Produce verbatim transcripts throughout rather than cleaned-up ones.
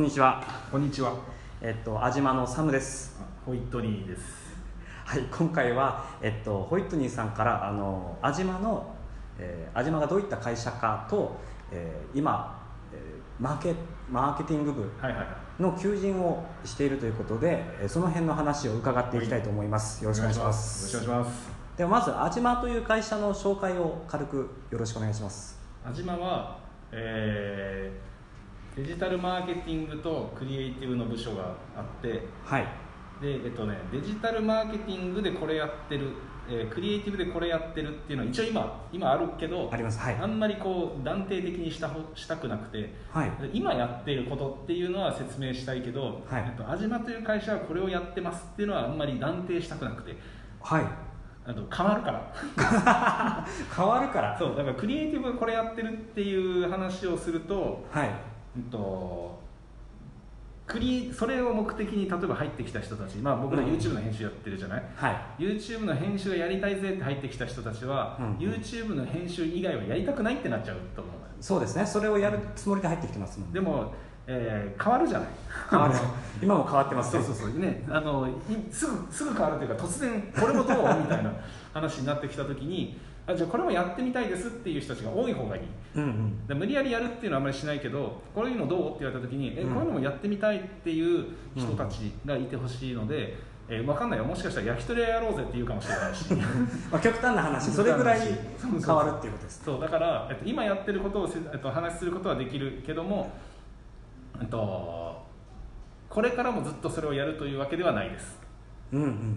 んにちは。 こんにちは。 えっと、安島のサムです。 ホイットニーです。 はい、今回は、えっと、ホイットニーさんからあの安島の、えー、安島がどういった会社かと、えー、今、えー、マーケ、マーケティング部の求人をしているということで、はい、その辺の話を伺っていきたいと思います。よろしくお願いします。 よろしくお願いします。 ではまず安島という会社の紹介を軽くよろしくお願いします。 安島は、えーデジタルマーケティングとクリエイティブの部署があって、 はい、 でえっとね、デジタルマーケティングでこれやってる、えー、クリエイティブでこれやってるっていうのは一応 今, 今あるけどあります、はい、 あんまりこう断定的に した, したくなくて、はい、今やっていることっていうのは説明したいけど、はい、えっと、安島という会社はこれをやってますっていうのはあんまり断定したくなくて、 はい、 あと変わるから変わるからそうだからクリエイティブがこれやってるっていう話をすると、 はい、 うんとクリそれを目的に例えば入ってきた人たち、まあ、僕ら YouTube の編集やってるじゃない、はい、YouTube の編集がやりたいぜって入ってきた人たちは、うん、YouTube の編集以外はやりたくないってなっちゃうと思う。 そうですね、それをやるつもりで入ってきてますもん、 でも、えー、変わるじゃない変わる今も変わってますね。そうそうそう、ね、あのすぐすぐ変わるというか突然これもどうみたいな話になってきたときにあじゃあこれもやってみたいですっていう人たちが多い方がいい、うんうん、で無理やりやるっていうのはあまりしないけどこういうのどうって言われたときに、うん、えこういうのもやってみたいっていう人たちがいてほしいので、うんえー、分かんないよ、もしかしたら焼き鳥屋やろうぜって言うかもしれないしまあ極端な話それぐらい変わるっていうことです。 そうだから、えっと、今やってることを、えっと、話することはできるけども、えっと、これからもずっとそれをやるというわけではないです。 うんうん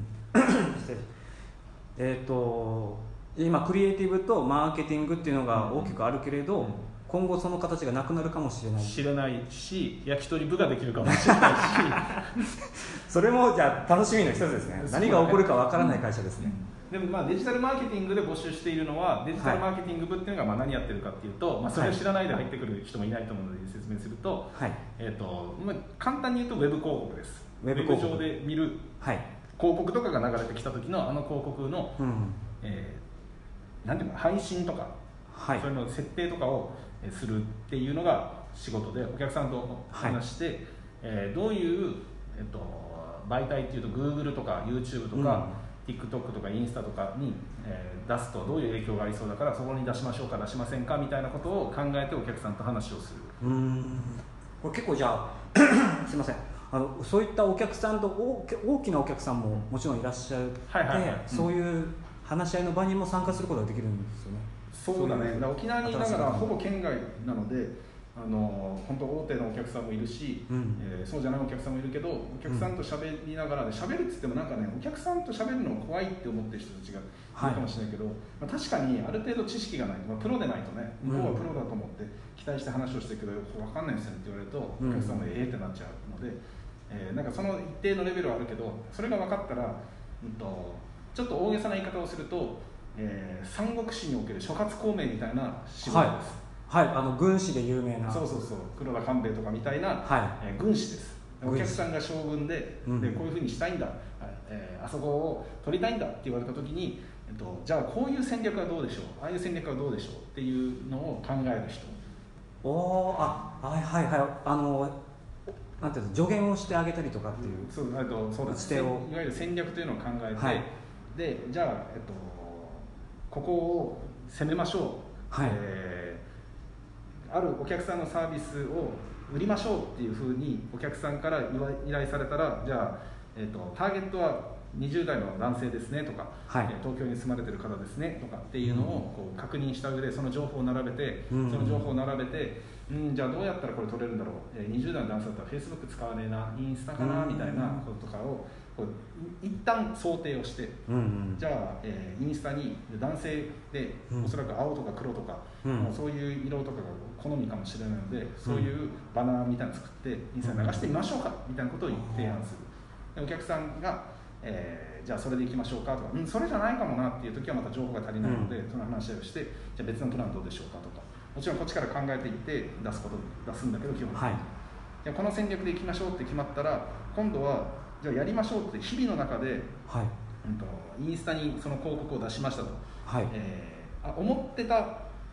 えっと今クリエイティブとマーケティングっていうのが大きくあるけれど、うん、今後その形がなくなるかもしれない知れないし焼き鳥部ができるかもしれないしそれもじゃあ楽しみの一つですね。何が起こるかわからない会社ですね、 うん、でもまあデジタルマーケティングで募集しているのはデジタルマーケティング部っていうのがまあ何やってるかっていうと、はいまあ、それを知らないで入ってくる人もいないと思うので説明すると、はいえーとまあ、簡単に言うとウェブ広告です。ウェブ上で見る広告とかが流れてきた時のあの広告の、うんえーなんていうか配信とか、はい、そういうの設定とかをするっていうのが仕事でお客さんと話して、はいえー、どういう、えっと、媒体っていうと Google とか YouTube とか、うん、TikTok とかインスタとかに、えー、出すとどういう影響がありそうだからそこに出しましょうか出しませんかみたいなことを考えてお客さんと話をする。 うーんこれ結構じゃあすいませんあのそういったお客さんと大, 大きなお客さんももちろんいらっしゃって、はいはいはい、そういう話し合いの場にも参加することができるんですよね。 そうだね。だ沖縄にいながらほぼ県外なのであの本当大手のお客さんもいるし、うんえー、そうじゃないお客さんもいるけどお客さんと喋りながらで喋るっつってもなんかねお客さんと喋るの怖いって思ってる人たちがいるかもしれないけど、はいまあ、確かにある程度知識がないと、まあ、プロでないとね向こうはプロだと思って期待して話をしてるけど分かんないですよねって言われるとお客さんもええってなっちゃうので、えー、なんかその一定のレベルはあるけどそれが分かったら、うんと、ちょっと大げさな言い方をするとえー、三国志における諸葛孔明みたいな仕事です。 はい、はい、あの軍師で有名なそうそうそう黒田官兵衛とかみたいな、はいえー、軍師です。お客さんが将軍 で,、うん、でこういうふうにしたいんだ、えー、あそこを取りたいんだって言われた時に、えっと、じゃあこういう戦略はどうでしょうああいう戦略はどうでしょうっていうのを考える人。 おあはいはいはいあのなんていうの助言をしてあげたりとかっていう、 うん、そうあとそうですいわゆる戦略というのを考えて、はい、でじゃあえっとここを攻めましょう、はいえー、あるお客さんのサービスを売りましょうっていうふうにお客さんから依頼されたらじゃあ、えーと、ターゲットはにじゅう代の男性ですねとか、はい、東京に住まれてる方ですねとかっていうのをこう確認した上でその情報を並べて、うん、その情報を並べて、うん、じゃあどうやったらこれ取れるんだろうにじゅう代の男性だったら Facebook 使わねえなインスタかなみたいなこととかをこう一旦想定をして、うんうん、じゃあ、えー、インスタに男性で、うん、おそらく青とか黒とか、うん、そういう色とかが好みかもしれないので、うん、そういうバナーみたいなの作ってインスタに流してみましょうかみたいなことを提案する。でお客さんが、えー、じゃあそれでいきましょうかとか、うん、それじゃないかもなっていう時はまた情報が足りないので、うん、その話し合いをしてじゃあ別のプランどうでしょうかとかもちろんこっちから考えていって出すこと出すんだけど基本的に、はい、じゃあこの戦略でいきましょうって決まったら今度はじゃあやりましょうって日々の中で、はいうん、とインスタにその広告を出しましたと、はいえー、あ思ってた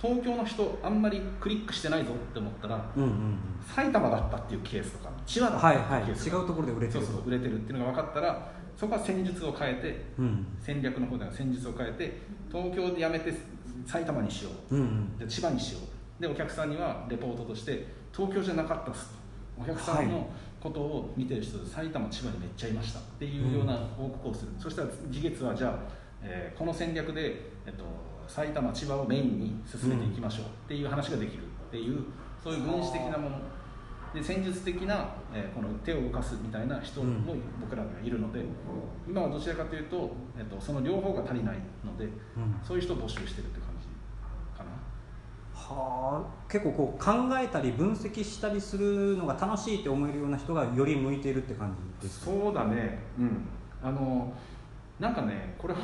東京の人あんまりクリックしてないぞって思ったら、うんうんうん、埼玉だったっていうケースとか千葉だったっていうケースとか、 はいはい、違うところで売れてる、 そうそう売れてるっていうのが分かったら、そこは戦術を変えて、うん、戦略の方では戦術を変えて東京でやめて埼玉にしよう、うんうん、で千葉にしようでお客さんにはレポートとして東京じゃなかったっすと、お客さんのことを見てる人で埼玉千葉にめっちゃいましたっていうような報告をする、うん、そしたら次月はじゃあ、えー、この戦略で、えっと、埼玉千葉をメインに進めていきましょうっていう話ができるっていう、そういう軍事的なもので戦術的な、えー、この手を動かすみたいな人も僕らにはいるので、うん、今はどちらかというと、えっと、その両方が足りないので、うん、そういう人を募集してるって感じかな。 はあ、結構こう考えたり分析したりするのが楽しいって思えるような人がより向いているって感じですか？ そうだね、うん、あのなんかねこれは、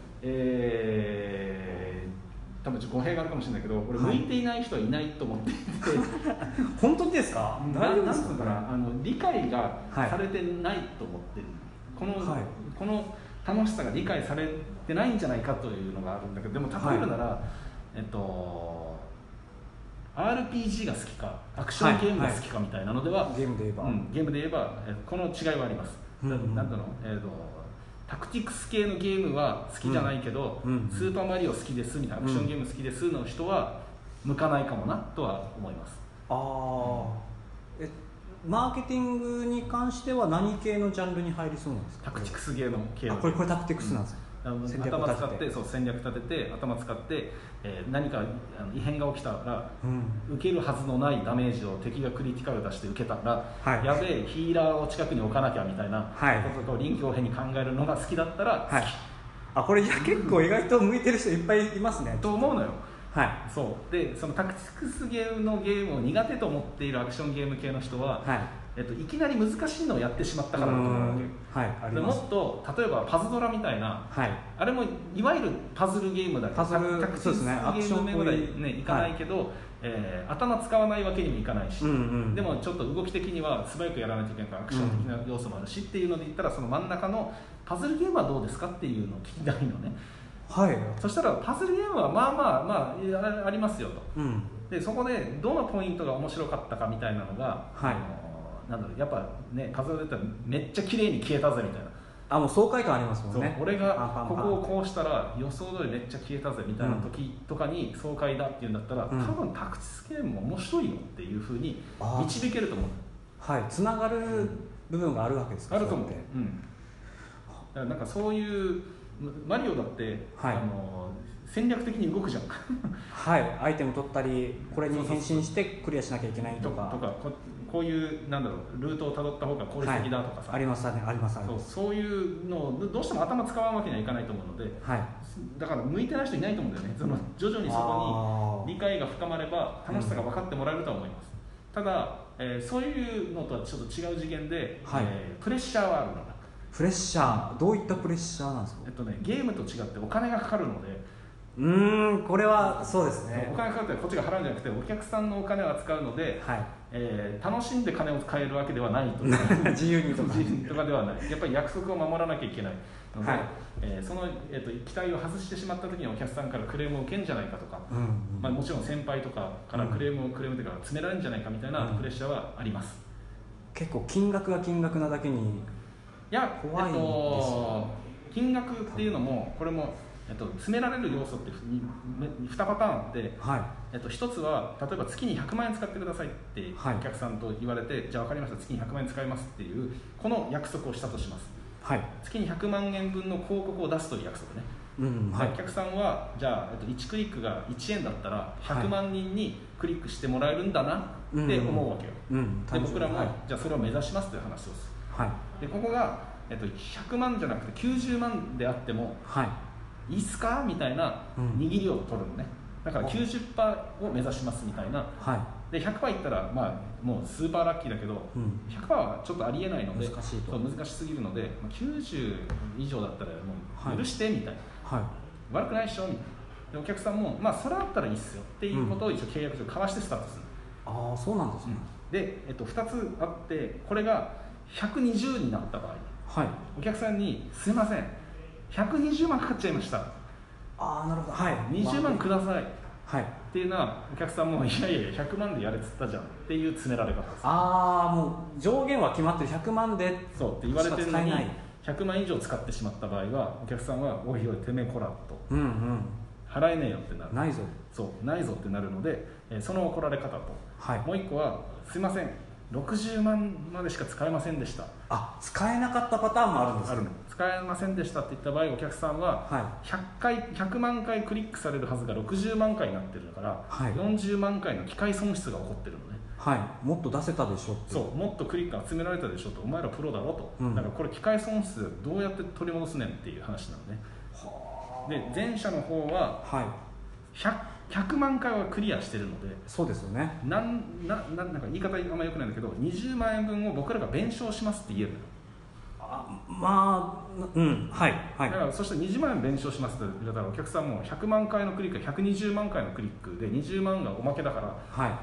えー多分語弊があるかもしれないけど、俺向いていない人はいないと思っていて、はい、 本当にですか？ 大丈夫ですか？あの理解がされてないと思ってる、はい、この、はい、この楽しさが理解されてないんじゃないかというのがあるんだけど、でも例えるなら、はい、えっと アールピージー が好きかアクションゲームが好きかみたいなのでは、はいはい、 ゲームで言えば、 うん、ゲームで言えばこの違いはあります。うんうん、なんだろう、えーとタクティクス系のゲームは好きじゃないけど、うんうん、スーパーマリオ好きですみたいな、アクションゲーム好きですの人は向かないかもなとは思います。 ああ、えマーケティングに関しては何系のジャンルに入りそうなんですか？ タクティクスゲーの系の。 これこれタクティクスなんですよ。うん、 頭使ってそう戦略立てて頭使って、えー、何かあの異変が起きたら、うん、受けるはずのないダメージを敵がクリティカル出して受けたら、はい、やべえヒーラーを近くに置かなきゃみたいなことを臨機応変に考えるのが好きだったら好き、はい、 あこれいや結構意外と向いてる人いっぱいいますねと思うのよ。はい、そうでそのタクティクスゲームのゲームを苦手と思っているアクションゲーム系の人は、はいえっと、いきなり難しいのをやってしまったからだと思うわけ、はい、あります。でもっと例えばパズドラみたいな、はい、あれもいわゆるパズルゲームだけどタクティクスゲームまでねいかないけど、はいえー、頭使わないわけにもいかないし、うんうん、でもちょっと動き的には素早くやらないといけないからアクション的な要素もあるし、うん、っていうので言ったらその真ん中のパズルゲームはどうですかっていうのを聞きたいのね。はい、そしたらパズルゲームはまあまあまあありますよと、うん、でそこでどのポイントが面白かったかみたいなのが、はい、あのなんだろうやっぱねパズルで言ったらめっちゃ綺麗に消えたぜみたいな、 あもう爽快感ありますもんね。 俺がここをこうしたら予想通りめっちゃ消えたぜみたいな時とかに爽快だっていうんだったら、うん、多分タクティクスゲームも面白いよっていうふうに導けると思う。 はいつながる部分があるわけですか？ あると思う。うん、だからなんかそういうマリオだって、はい、あの戦略的に動くじゃんはいアイテム取ったりこれに変身してクリアしなきゃいけないとかとか こ, こういうなんだろうルートをたどった方が効率的だとかさ、 はい、ありますねありますありますそうそういうのをどうしても頭使わんわけにはいかないと思うので、はい、だから向いてない人いないと思うんだよね。その徐々にそこに理解が深まれば楽しさが分かってもらえるとは思います、うん、ただ、えー、そういうのとはちょっと違う次元で、はいえー、プレッシャーはあるのだ。 プレッシャーどういったプレッシャーなんですか？ えっとね、ゲームと違ってお金がかかるので、 うーんこれはそうですね。 お金がかかってこっちが払うんじゃなくてお客さんのお金を扱うので、はいえー、楽しんで金を使えるわけではないと自由にとか自由にとかではない。やっぱり約束を守らなきゃいけないので、はいえー、その、えー、と期待を外してしまった時にお客さんからクレームを受けるんじゃないかとか、うんうんまあ、もちろん先輩とかからクレームを、うん、クレームというか詰められるんじゃないかみたいなプレッシャーはあります、 うん、結構金額が金額なだけにいや、怖いんですよ、えっと、金額っていうのもこれも、えっと、詰められる要素ってににパターンあって、はいえっと、ひとつは例えば月にひゃくまんえん使ってくださいってお客さんと言われて、はい、じゃあ分かりました月にひゃくまんえん使いますっていうこの約束をしたとします、はい、月にひゃくまんえん分の広告を出すという約束ね、うんはい、お客さんはじゃあ、えっと、いちクリックがいちえんだったらひゃくまんにんにクリックしてもらえるんだなって思うわけよ、うんうん、で僕らも、はい、じゃあそれを目指しますという話をする、はい、でここが、えっと、ひゃくまんじゃなくてきゅうじゅうまんであっても、はい、いいっすかみたいな握りを取るのね、だから きゅうじゅっパーセント を目指しますみたいな、はい、で ひゃくパーセント いったら、まあ、もうスーパーラッキーだけど、うん、ひゃくパーセント はちょっとありえないので難しいとそう難しすぎるので、まあ、きゅうじゅう以上だったらもう許してみたいな、はい、悪くないっしょみたいなでお客さんも、まあ、それだったらいいっすよっていうことを一応契約書を交わしてスタートする、 うん、ああそうなんですね、 うん、で、えっと、ふたつあってこれがひゃくにじゅうになった場合、はい、お客さんにすいませんひゃくにじゅうまんかかっちゃいましたああなるほど、はい、 にじゅうまんください、 はい、 っていうのはお客さんもいやいやひゃくまんでやれっつったじゃんっていう詰められ方です。 ああ、もう上限は決まってるひゃくまんでそうって言われてるのにひゃくまん以上使ってしまった場合はお客さんはおいおいてめえこらと、 うんうん、 払えねえよってなる。 ないぞ。 そうないぞってなるので、えー、その怒られ方と、 はい、 もう一個はすいませんろくじゅうまんまでしか使えませんでした。 あ、使えなかったパターンもあるんですか。 あるの。使えませんでしたって言った場合お客さんはひゃっかいひゃくまんかいクリックされるはずがろくじゅうまんかいになってるから、はい、よんじゅうまんかいの機械損失が起こってるのね。 はい、もっと出せたでしょって。 そう、もっとクリック集められたでしょと、お前らプロだろと、うん、だからこれ機械損失どうやって取り戻すねんっていう話なのね。はで前者の方は ひゃく, ひゃくまんかいはクリアしてるので、 そうですよね。 なんななんか言い方あんまり良くないんだけどにじゅうまんえんぶんを僕らが弁償しますって言えるのよ。 あ、まあ、うん、はい、はい。 だからそしてにじゅうまんえん弁償しますって言ったらお客さんもひゃくまんかいのクリックひゃくにじゅうまんかいのクリックでにじゅうまんがおまけだから、はい、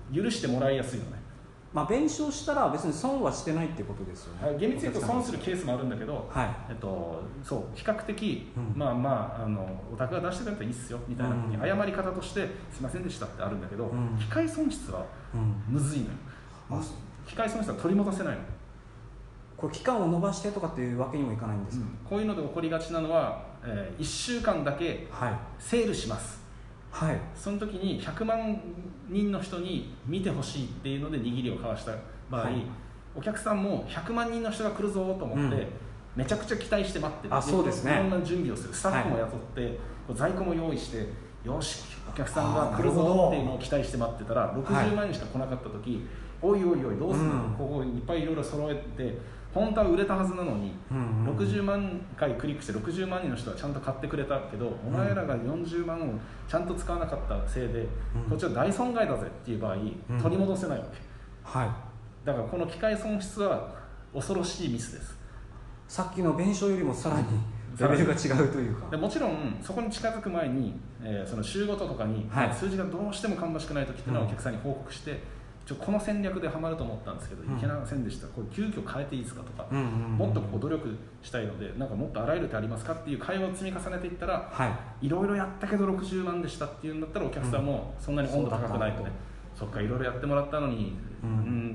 許してもらいやすいのね。 まあ、弁償したら別に損はしてないっていうことですよね。 厳密に言うと損するケースもあるんだけど、 はい、 えっと、そう比較的、うん、まあまああのお宅が出してくれたらいいっすよみたいなふうに謝り方としてすいませんでしたってあるんだけど、うん、機械損失はむずいのよ、うん、機械損失は取り戻せないの。 これ期間を延ばしてとかっていうわけにもいかないんですか。うん、 こういうので起こりがちなのは、えー、いっしゅうかんだけセールします、はい、その時にひゃくまんにんの人に見てほしいっていうので握りを交わした場合、はい、お客さんもひゃくまんにんの人が来るぞと思って、うん、めちゃくちゃ期待して待ってる。 あ、そうですね。 いろんな準備をする、スタッフも雇って、はい、在庫も用意して、よしお客さんが来るぞっていうのを期待して待ってたらろくじゅうまんにんしか来なかった時、はい、おいおいおいどうするの、うん、ここいっぱいいろいろ揃えて本当は売れたはずなのに、うんうん、ろくじゅうまんかいクリックしてろくじゅうまんにんの人はちゃんと買ってくれたけど、うん、お前らがよんじゅうまんをちゃんと使わなかったせいで、うん、こっちは大損害だぜっていう場合、うん、取り戻せないわけ、はい、だからこの機械損失は恐ろしいミスです。 さっきの弁償よりもさらにレベルが違うというか。 でもちろんそこに近づく前に、えー、その週ごととかに、はい、数字がどうしても芳しくない時っていうのはお客さんに報告して、うん、ちょこの戦略でハマると思ったんですけど、うん、いけませんでした、これ急遽変えていいですかとか、うんうんうん、もっとこう努力したいのでなんかもっとあらゆる手ありますかっていう会話を積み重ねていったら、はい、いろいろやったけどろくじゅうまんでしたっていうんだったらお客さんもそんなに温度高くないとね、うん、そっかいろいろやってもらったのに、うん、うん、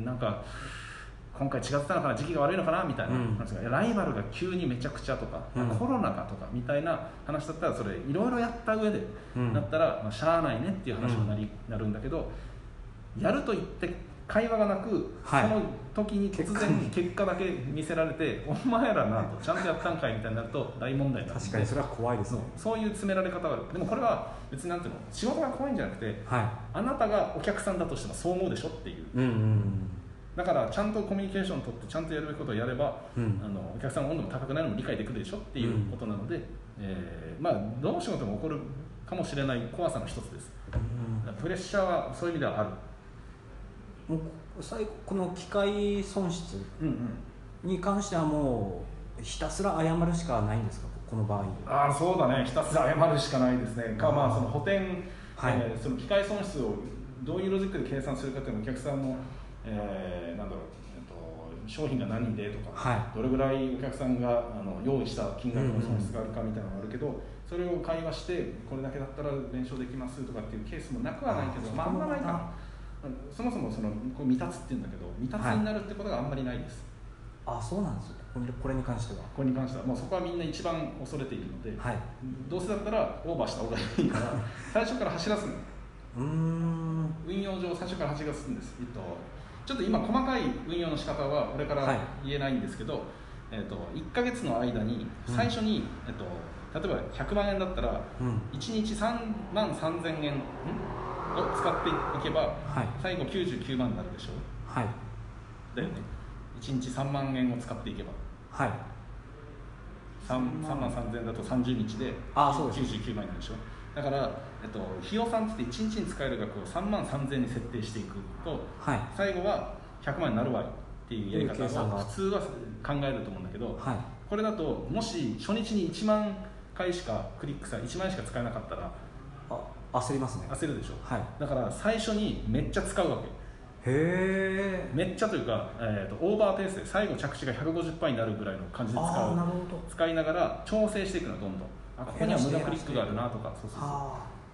なんか今回違ってたのかな、時期が悪いのかなみたいな話が、うん、ライバルが急にめちゃくちゃとか、うん、コロナかとかみたいな話だったらそれいろいろやった上で、うん、だったら、まあ、しゃあないねっていう話になり、うん、なるんだけど、やると言って会話がなく、はい、その時に突然結果だけ見せられてお前らなとちゃんとやったんかいみたいになると大問題になる。 確かにそれは怖いですね。 そういう詰められ方がある。でもこれは別になんていうの、仕事が怖いんじゃなくて、はい、あなたがお客さんだとしてもそう思うでしょっていう、うんうんうん、だからちゃんとコミュニケーションを取ってちゃんとやるべきことをやれば、うん、あのお客さんの温度も高くないのも理解できるでしょっていうことなので、うん、えー、まあどの仕事も起こるかもしれない怖さの一つです、うん、プレッシャーはそういう意味ではある。 もう最後この機械損失に関してはもうひたすら謝るしかないんですか、この場合。 ああ、そうだね、ひたすら謝るしかないですね。か、まあその補填、はい、えー、その機械損失をどういうロジックで計算するかというのはお客さんの、えー、なんだろう、えっと、商品が何でとか、はい、どれぐらいお客さんがあの用意した金額の損失があるかみたいなのがあるけど、うんうん、それを会話してこれだけだったら弁償できますとかっていうケースもなくはないけど、まああんまないかな。そもそもそのこう未達っていうんだけど未達になるってことがあんまりないです、 はい、あ、そうなんですよ。これに関してはこれに関してはもうそこはみんな一番恐れているので、はい、どうせだったらオーバーした方がいいから最初から走らすの。うーん、運用上最初から走らすんです、えっと、ちょっと今細かい運用の仕方は俺から言えないんですけど、はい、えっと、いっかげつの間に最初に、うん、えっと、例えばひゃくまんえんだったら、うん、いちにちさんまんさんぜんえん、んを使っていけば、はい、最後きゅうじゅうきゅうまんになるでしょう、はい、だよね。いちにちさんまんえんを使っていけば、はい、さんまんさんぜんえんだとさんじゅうにちできゅうじゅうきゅうまんになるでしょ。だから、えっと、費用算っていちにちに使える額をさんまんさんぜんえんに設定していくと、はい、最後はひゃくまんになるわいっていうやり方を普通は考えると思うんだけど、はい、これだともし初日にいちまんかいしかクリックさいちまんえんしか使えなかったら焦りますね。 焦るでしょ、はい、だから最初にめっちゃ使うわけ。へー、めっちゃというか、えー、とオーバーペースで最後着地が ひゃくごじゅっパーセント になるぐらいの感じで使う。なるほど。使いながら調整していくのどんどん。あ、ここには無駄クリックがあるなとか、そうそうそう。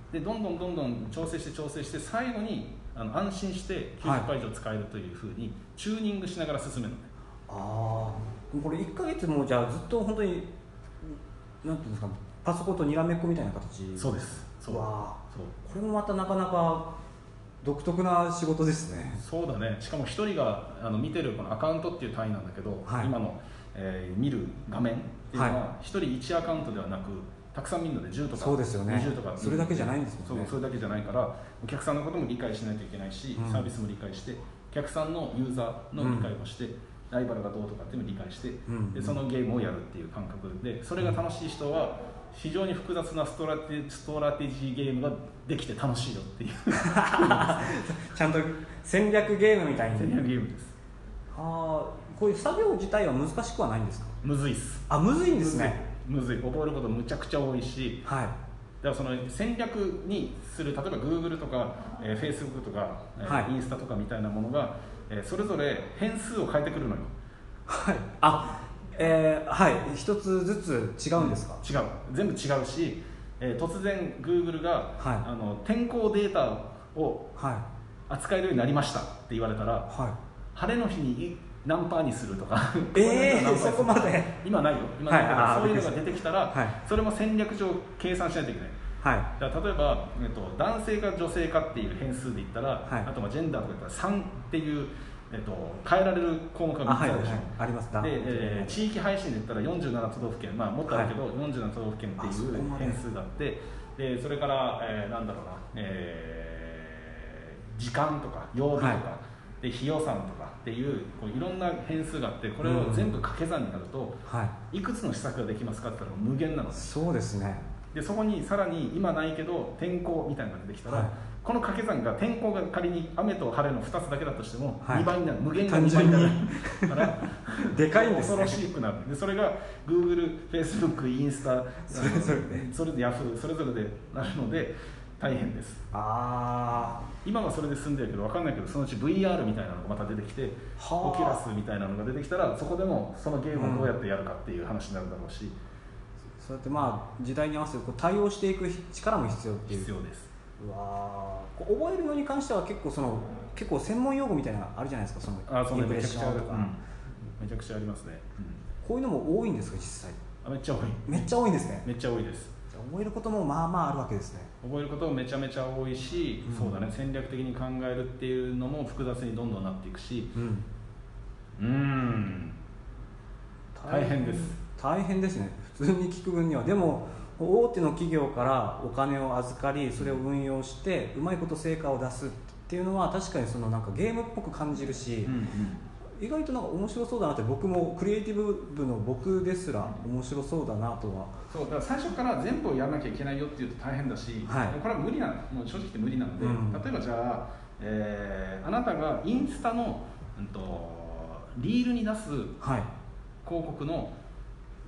でどんどんどんどん調整して調整して最後にあの安心してきゅうじゅっパーセント以上使えるというふうにチューニングしながら進めるのね。 ああ、これいっかげつもじゃあずっと本当になんていうんですか、パソコンとにらめっこみたいな形。 そうです。そう。 わそう。 これもまたなかなか独特な仕事ですね。 そうだね。しかも一人があの見てるこのアカウントっていう単位なんだけど、はい、今の、えー、見る画面っていうのは一人いちアカウントではなく、たくさん見るのでじゅうとかそうですよね、 にじゅうとかそれだけじゃないんですもんね。 そう、それだけじゃないからお客さんのことも理解しないといけないし、うん、サービスも理解してお客さんのユーザーの理解をして、うん、ライバルがどうとかっていうのを理解して、うん、でそのゲームをやるっていう感覚で、それが楽しい人は非常に複雑なストラテ、ストラテジーゲームができて楽しいよっていうちゃんと戦略ゲームみたいに。 戦略ゲームです。 ああ、こういう作業自体は難しくはないんですか？ むずいっす。 あ、むずいんですね。 むずい、覚えることむちゃくちゃ多いし、はい、だからその戦略にする、例えば Google とか、えー、Facebook とか、はい、インスタとかみたいなものが、えー、それぞれ変数を変えてくるのよ。 はい、あ、えー、はい、一つずつ違うんですか？ 違う、全部違うし、えー、突然 Google が、はい、あの天候データを扱えるようになりましたって言われたら、はい、晴れの日に何パーにするとかえー、そこまで今ないよ、今ないけど、はい、そういうのが出てきたら、はい、それも戦略上計算しないといけない、はい、だから例えば、えっと、男性か女性かっていう変数で言ったら、はい、あとはジェンダーとか言ったらさんっていう、えっと、変えられる項目がみっつあるでしょ、はいはい、 あります。で、 えー、地域配信で言ったらよんじゅうなな都道府県、まあ、もっとあるけど、はい、よんじゅうなな都道府県っていう変数があって、でそれから、えー、なんだろうな、えー、時間とか曜日とか、はい、で日予算とかっていうこういろんな変数があって、これを全部掛け算になると、はい、いくつの施策ができますかって言ったら無限なので、 そうですね。 でそこにさらに今ないけど天候みたいなのが出てきたら、はい、この掛け算が天候が仮に雨と晴れのふたつだけだとしてもにばいになる、はい、無限がにばいになるからでかいんですね。 恐ろしくなる。でそれが Google、Facebook、インスタ、 それぞれで、 それで Yahoo それぞれでなるので大変です。あ今はそれで済んでるけど分かんないけど、そのうち ブイアール みたいなのがまた出てきて、オキュラスみたいなのが出てきたら、そこでもそのゲームをどうやってやるかっていう話になるだろうし、うん、 そうやってまあ時代に合わせてこう対応していく力も必要っていう。 必要です。 うわ覚えるのに関しては結構その結構専門用語みたいなのがあるじゃないですか。そのあそのインプレッションとか、うん、めちゃくちゃありますね、うん、 こういうのも多いんですか実際？ あめっちゃ多い。 めっちゃ多いんですね。 めっちゃ多いです。 覚えることもまあまああるわけですね。 覚えることもめちゃめちゃ多いし、うん、そうだね、戦略的に考えるっていうのも複雑にどんどんなっていくし、うん、うーん大変です。 大変ですね。普通に聞く分には。でも大手の企業からお金を預かり、それを運用してうまいこと成果を出すっていうのは確かにそのなんかゲームっぽく感じるし、うんうん、意外となんか面白そうだなって、僕もクリエイティブ部の僕ですら面白そうだなとは。 そうだから最初から全部をやらなきゃいけないよっていうと大変だし、はい、これは無理なの、もう正直言って無理なので、うん、例えばじゃあ、えー、あなたがインスタの、うん、とリールに出す広告の、はい、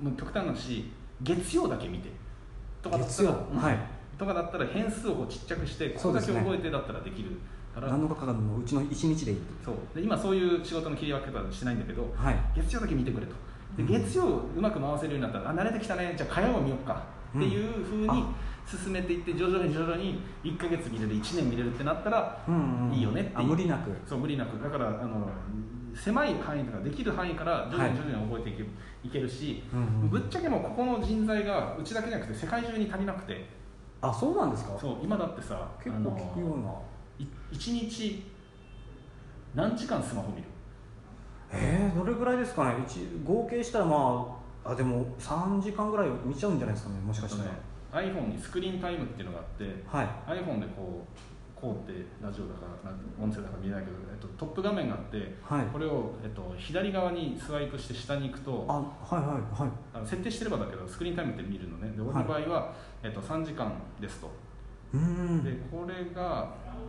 もう極端なし月曜だけ見てとかだったら、はい、とかだったら変数をこうちっちゃくしてここだけ覚えてだったらできるから、 何のかかるのうちのいちにちでいい。 そうで今そういう仕事の切り分け方はしないんだけど、はい、月曜だけ見てくれと。で月曜うまく回せるようになったら、あ慣れてきたね、じゃあ火曜を見ようかっていうふうに進めていって、徐々に徐々にいっかげつ見れる、いちねん見れるってなったらいいよねっていう、うんうん、 あ無理なく。 そう無理なく。だからあの狭い範囲とかできる範囲から徐々に徐々に覚えていける、はい、いけるし、うんうん、ぶっちゃけもうここの人材がうちだけじゃなくて世界中に足りなくて。 あそうなんですか。 そう今だってさ結構聞くような。 いちにち何時間スマホ見る？ えー、どれぐらいですかね。合計したらまああでもさんじかんぐらい見ちゃうんじゃないですかね、もしかしたら、ね、 iPhone にスクリーンタイムっていうのがあって、はい、iPhone でこうこうってラジオだから音声だから見えないけど、えっと、トップ画面があって、はい、これを、えっと、左側にスワイプして下に行くと、 あ、はいはいはい、 あの設定してればだけどスクリーンタイムって見るのね。で俺の場合は、はい、えっと、さんじかんですと。うんでこれが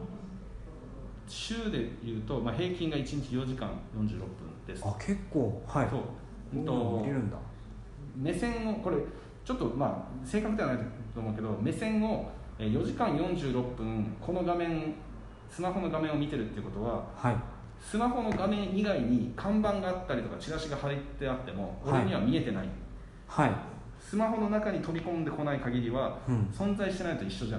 週でいうと、まあ、平均がいちにちよじかんよんじゅうろっぷんです。 あ結構はい。そう、 うんと、見れるんだ。目線をこれちょっとまあ正確ではないと思うけど、目線をよじかんよんじゅうろっぷんこの画面スマホの画面を見てるっていうことは、はい、スマホの画面以外に看板があったりとかチラシが貼ってあっても俺には見えてない、はい、スマホの中に飛び込んでこない限りは、うん、存在してないと一緒じゃない。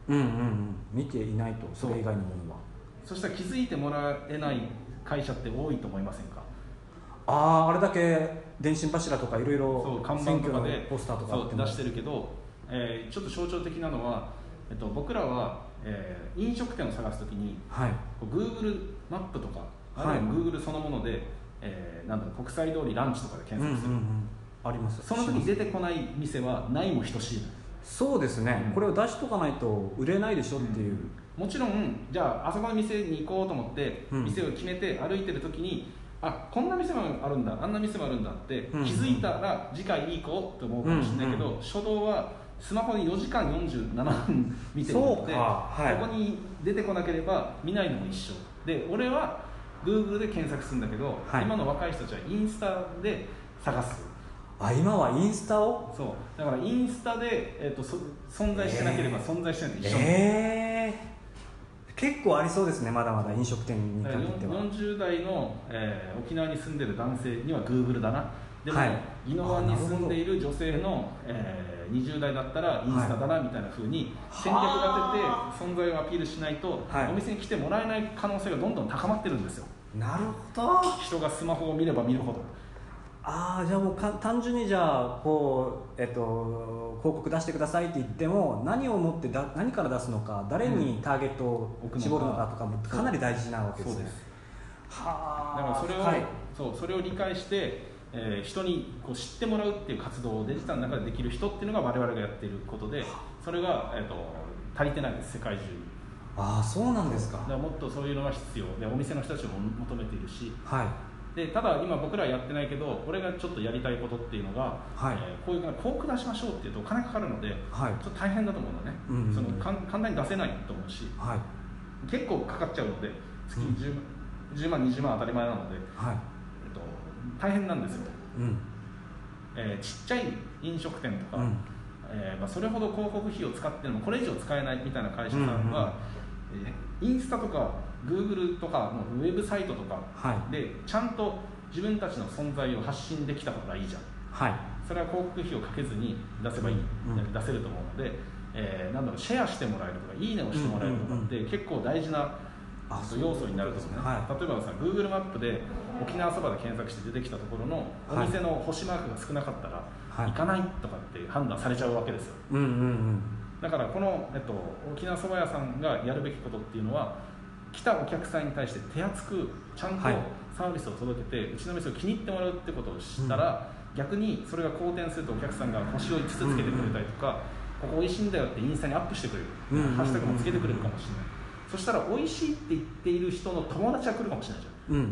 うんうんうん、見ていないと、それ以外のものは。 そしたら気づいてもらえない会社って多いと思いませんか？ ああ、あれだけ電信柱とかいろいろ看板とかでポスターとか出してるけど、えー、ちょっと象徴的なのは、えっと、僕らは、えー、飲食店を探すときに、はい、Google マップとか、あるいは Google そのもので、えー、なんだろう、国際通りランチとかで検索する、うんうんうん、 あります。 その時に出てこない店はないも等しい。 そうですね、うん、これを出しとかないと売れないでしょっていう、 うん、もちろんじゃああそこの店に行こうと思って店を決めて歩いてる時に、うん、あ、こんな店もあるんだ、あんな店もあるんだって気づいたら次回行こうと思うかもしれないけど、うんうん、初動はスマホでよじかんよんじゅうななふん見てるので、そ、はい、ここに出てこなければ見ないのも一緒で、俺は Google で検索するんだけど、はい、今の若い人たちはインスタで探す。 あ、今はインスタを、 そうだからインスタで、えー、とそ存在してなければ存在してないと一緒、 えー、結構ありそうですね、まだまだ飲食店に限っては。 よんじゅう代の、えー、沖縄に住んでる男性には Google だな。でも、はい、宜野湾に住んでいる女性の、えー、にじゅう代だったらインスタだなみたいな風に戦略立てて存在をアピールしないと、はい、お店に来てもらえない可能性がどんどん高まってるんですよ。 なるほど。 人がスマホを見れば見るほど。 ああ、じゃあもうか単純にじゃあこう、えっと、広告出してくださいって言っても何をもってだ何から出すのか、誰にターゲットを絞るのかとかもかなり大事なわけですね。そうです。はあ。だからそれを、はい、 そうそれを理解して、えー、人にこう知ってもらうっていう活動をデジタルの中でできる人っていうのが我々がやっていることで、それが、えー、と足りてないです、世界中に。 ああ、そうなんですか。 だからもっとそういうのが必要で、お店の人たちも求めているし、 はい、でただ今僕らはやってないけど、俺がちょっとやりたいことっていうのが、はい、えー、こういう広告出しましょうっていうとお金かかるので、はい、ちょっと大変だと思うのね、うんうん、そのかん簡単に出せないと思うし、はい、結構かかっちゃうので、月 10,、うん、じゅうまんにじゅうまん当たり前なので、はい、えっと、大変なんですよ、うん、えー、ちっちゃい飲食店とか、うん、えーまあ、それほど広告費を使ってもこれ以上使えないみたいな会社さんは、うんうん、えー、インスタとかGoogle とかのウェブサイトとかでちゃんと自分たちの存在を発信できた方がいいじゃん、はい、それは広告費をかけずに出せばいい、うん、出せると思うので、えー、なんだろう、シェアしてもらえるとかいいねをしてもらえるとかって結構大事な要素になると思うね、はい、例えばさ Google マップで沖縄そばで検索して出てきたところのお店の星マークが少なかったら、はい、行かないとかって判断されちゃうわけですよ、うんうんうん、だからこの、えっと、沖縄そば屋さんがやるべきことっていうのは、来たお客さんに対して手厚くちゃんとサービスを届けて、はい、うちの店を気に入ってもらうってことをしたら、うん、逆にそれが好転するとお客さんが星をいつつつけてくれたりとか、うんうん、ここ美味しいんだよってインスタにアップしてくれる、うんうんうん、ハッシュタグもつけてくれるかもしれない、そしたら美味しいって言っている人の友達が来るかもしれないじゃん、うんうんうん、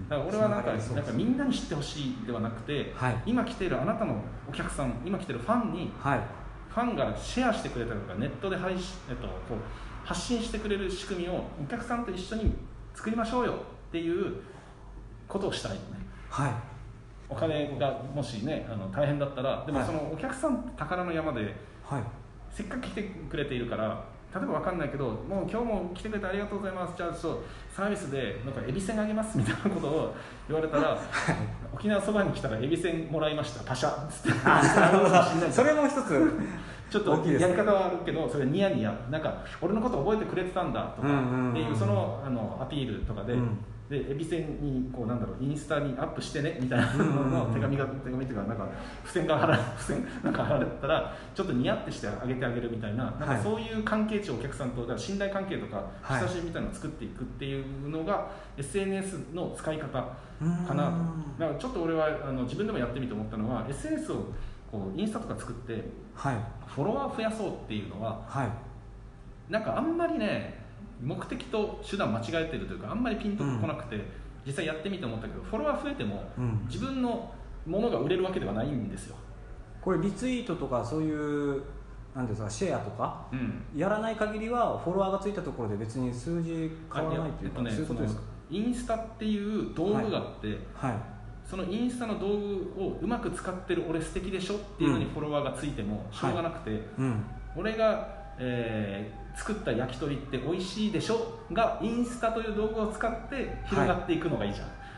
だから俺はなんか、なんかみんなに知ってほしいではなくて、はい、今来ているあなたのお客さん、今来ているファンに、はい、ファンがシェアしてくれたりとかネットで配信、えっと、こう発信してくれる仕組みをお客さんと一緒に作りましょうよっていうことをしたいよね、はい、お金がもしね、あの大変だったら、でもそのお客さん宝の山で、はい、せっかく来てくれているから、例えば分かんないけど、もう今日も来てくれてありがとうございます、じゃあちょっとサービスでなんかエビせんあげますみたいなことを言われたら、はい、沖縄そばに来たらエビせんもらいましたパシャッつってそれも一つちょっとやり方はあるけど、それニヤニヤ、なんか俺のこと覚えてくれてたんだとかっていうそのあのアピールとかで、うん、でエビせんにこうなんだろう、インスタにアップしてねみたいなのの手紙が手紙っていうか、なんか付箋が貼られ付箋なんか貼られたらちょっとニヤってしてあげてあげるみたいな、なんかそういう関係値をお客さんと、だから信頼関係とか親しみみたいなのを作っていくっていうのが エスエヌエス の使い方かなと。だからちょっと俺はあの自分でもやってみて思ったのは、 エスエヌエス をこうインスタとか作って、はい、フォロワー増やそうっていうのは、はい、なんかあんまりね、目的と手段間違えてるというか、あんまりピンとこなくて、うん、実際やってみて思ったけど、フォロワー増えても、うん、自分のものが売れるわけではないんですよ。 これリツイートとかそういうなんですか、シェアとか、うん、やらない限りはフォロワーがついたところで別に数字変わらないというか、そういうことですか。 インスタっていう道具があって、はいはい、そのインスタの道具をうまく使ってる俺素敵でしょっていうのにフォロワーがついてもしょうがなくて、はい、うん、俺が、えー、作った焼き鳥って美味しいでしょがインスタという道具を使って広がっていくのがいいじゃん、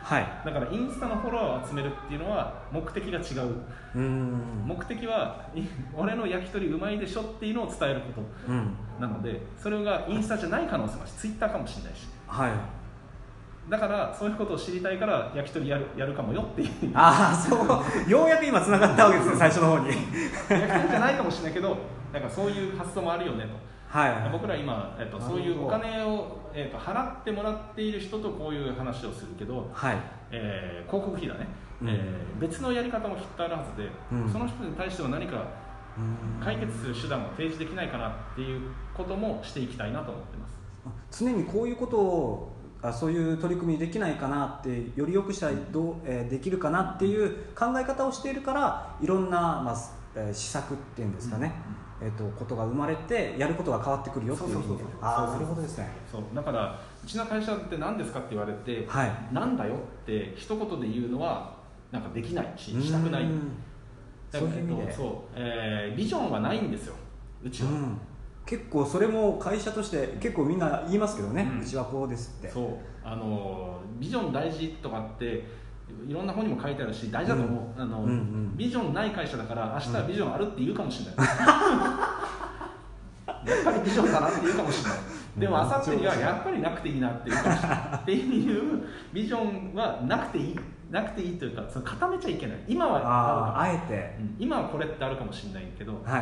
はい、 だからインスタのフォロワーを集めるっていうのは目的が違う。 うん、 目的は俺の焼き鳥うまいでしょっていうのを伝えることなので、うん、それがインスタじゃない可能性もあるし、ツイッターかもしれないし、 はい、 だからそういうことを知りたいから焼き鳥やるやるかもよっていう。 ああ、そうようやく今つながったわけですね最初の方に焼き鳥じゃないかもしれないけど、だからそういう発想もあるよねと、 はい、 僕ら今、えっと、そういうお金を、えっと、払ってもらっている人とこういう話をするけど、 はい、 えー、広告費だね、うん、えー、別のやり方もきっとあるはずで、うん、その人に対しては何か解決する手段を提示できないかなっていうこともしていきたいなと思ってます。 常にこういうことをあそういう取り組みできないかなって、より良くしたいどう、えー、できるかなっていう考え方をしているから、いろんな、まあえー、施策っていうんですかね、うんうん、えー、とことが生まれてやることが変わってくるよっていう意味で。ああ、なるほどですね。 そうだからうちの会社って何ですかって言われて、 はい、 なんだよって一言で言うのはなんかできないししたくない。だから、そういう意味で、そう、えー、ビジョンはないんですようちは、うん、 結構それも会社として結構みんな言いますけどね、うん、うちはこうですって。 そう、あのビジョン大事とかっていろんな本にも書いてあるし大事だと思う、うん、あの、うんうん、ビジョンない会社だから明日はビジョンあるって言うかもしれない、うん、やっぱりビジョンだなって言うかもしれないでも明後日にはやっぱりなくていいなって言うかもしれないっていうビジョンはなくていいなくていいというか、その固めちゃいけない。今はああえて、 うん、今はこれってあるかもしれないけど、 はい、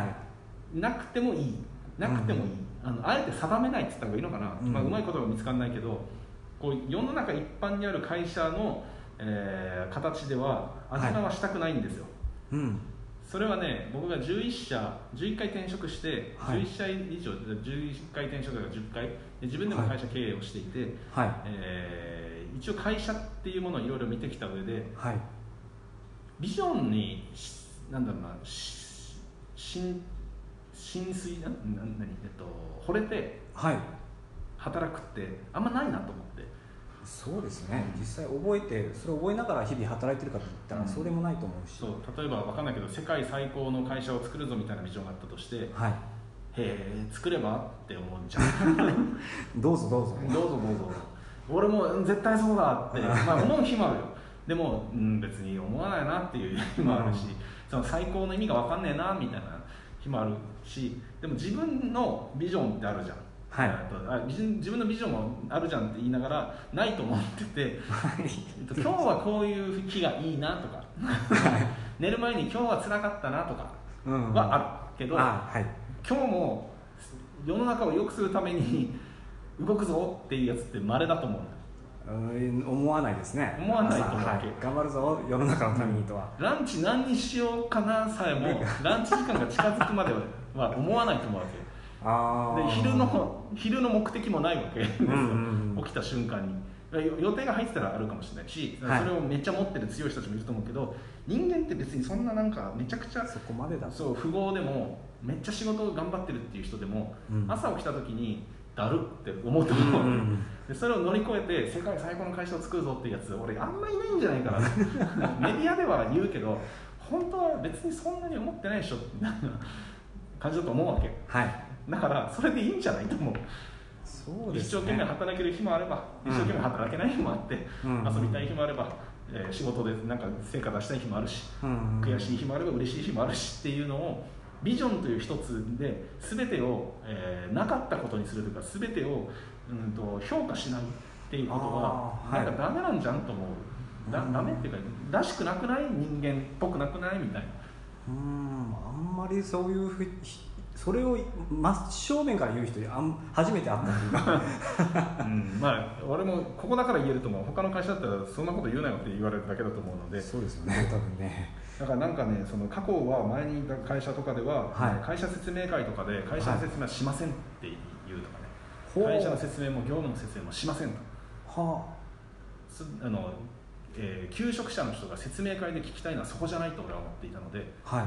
なくてもいいなくてもいい、うん、あのあえて定めないって言った方がいいのかな、うん、まあ、うまいことが見つからないけど、こう世の中一般にある会社の、えー、形では味玉はしたくないんですよ、はい、うん、それはね、僕がじゅういっしゃじゅういっかい転職して、はい、じゅういっしゃ以上じゅういっかい転職がじゅっかいで自分でも会社経営をしていて、はい、えー、一応会社っていうものをいろいろ見てきた上で、はい、ビジョンになんだろうな浸水な何何えっと惚れて働くってあんまないなと思って。 そうですね、実際覚えてそれを覚えながら日々働いてるかといったらそうでもないと思うし、 うん、そう例えば分かんないけど世界最高の会社を作るぞみたいなビジョンがあったとして、はい、へえ作ればって思うんじゃんどうぞどうぞどうぞどうぞ俺も絶対そうだって、まあ、思う日もあるよでも、うん、別に思わないなっていう日もあるし、うん、その最高の意味が分かんねえなみたいな日もあるし、でも自分のビジョンってあるじゃん、はい、あ自分のビジョンもあるじゃんって言いながらないと思ってて、はい、今日はこういう日がいいなとか、はい、寝る前に今日は辛かったなとかはあるけど、うんうん、はい、今日も世の中を良くするために動くぞっていうやつって稀だと思う。 思わないですね。 思わないと思うわけ、はい、 頑張るぞ世の中のためにとは、 うん、ランチ何にしようかなさえもランチ時間が近づくまでは思わないと思うわけあで 昼の昼の目的もないわけですよ、うんうんうん、起きた瞬間に予定が入ってたらあるかもしれないし、はい、それをめっちゃ持ってる強い人たちもいると思うけど、人間って別にそんななんかめちゃくちゃそこまでだそう富豪でもめっちゃ仕事を頑張ってるっていう人でも、うん、朝起きた時にだるって思うと思う、うんうん、でそれを乗り越えて世界最高の会社を作るぞっていうやつ俺あんまいないんじゃないかなメディアでは言うけど本当は別にそんなに思ってないでしょって感じだと思うわけ、はい、だからそれでいいんじゃないと思う。そうですね、一生懸命働ける日もあれば、うん、一生懸命働けない日もあって、うんうん、遊びたい日もあれば、えー、仕事でなんか成果出したい日もあるし、うんうん、悔しい日もあれば嬉しい日もあるしっていうのをビジョンという一つで全てを、えー、なかったことにするというか全てを、うん、と評価しないっていうことはなんかダメなんじゃんと思う、はい、だダメっていうか、らしくなくない、人間っぽくなくないみたいな。 うーんあんまりそういうふそれを真正面から言う人あん初めて会ったっていうか、 うん、まあ俺もここだから言えると思う。他の会社だったらそんなこと言うなよって言われるだけだと思うので。 そうですよね、多分ね。 だからなんかね、その過去は前にいた会社とかでは、はい、会社説明会とかで会社の説明はしませんって言うとかね、はい、会社の説明も業務の説明もしませんと、はあ、あのえー、求職者の人が説明会で聞きたいのはそこじゃないと俺は思っていたので、はい、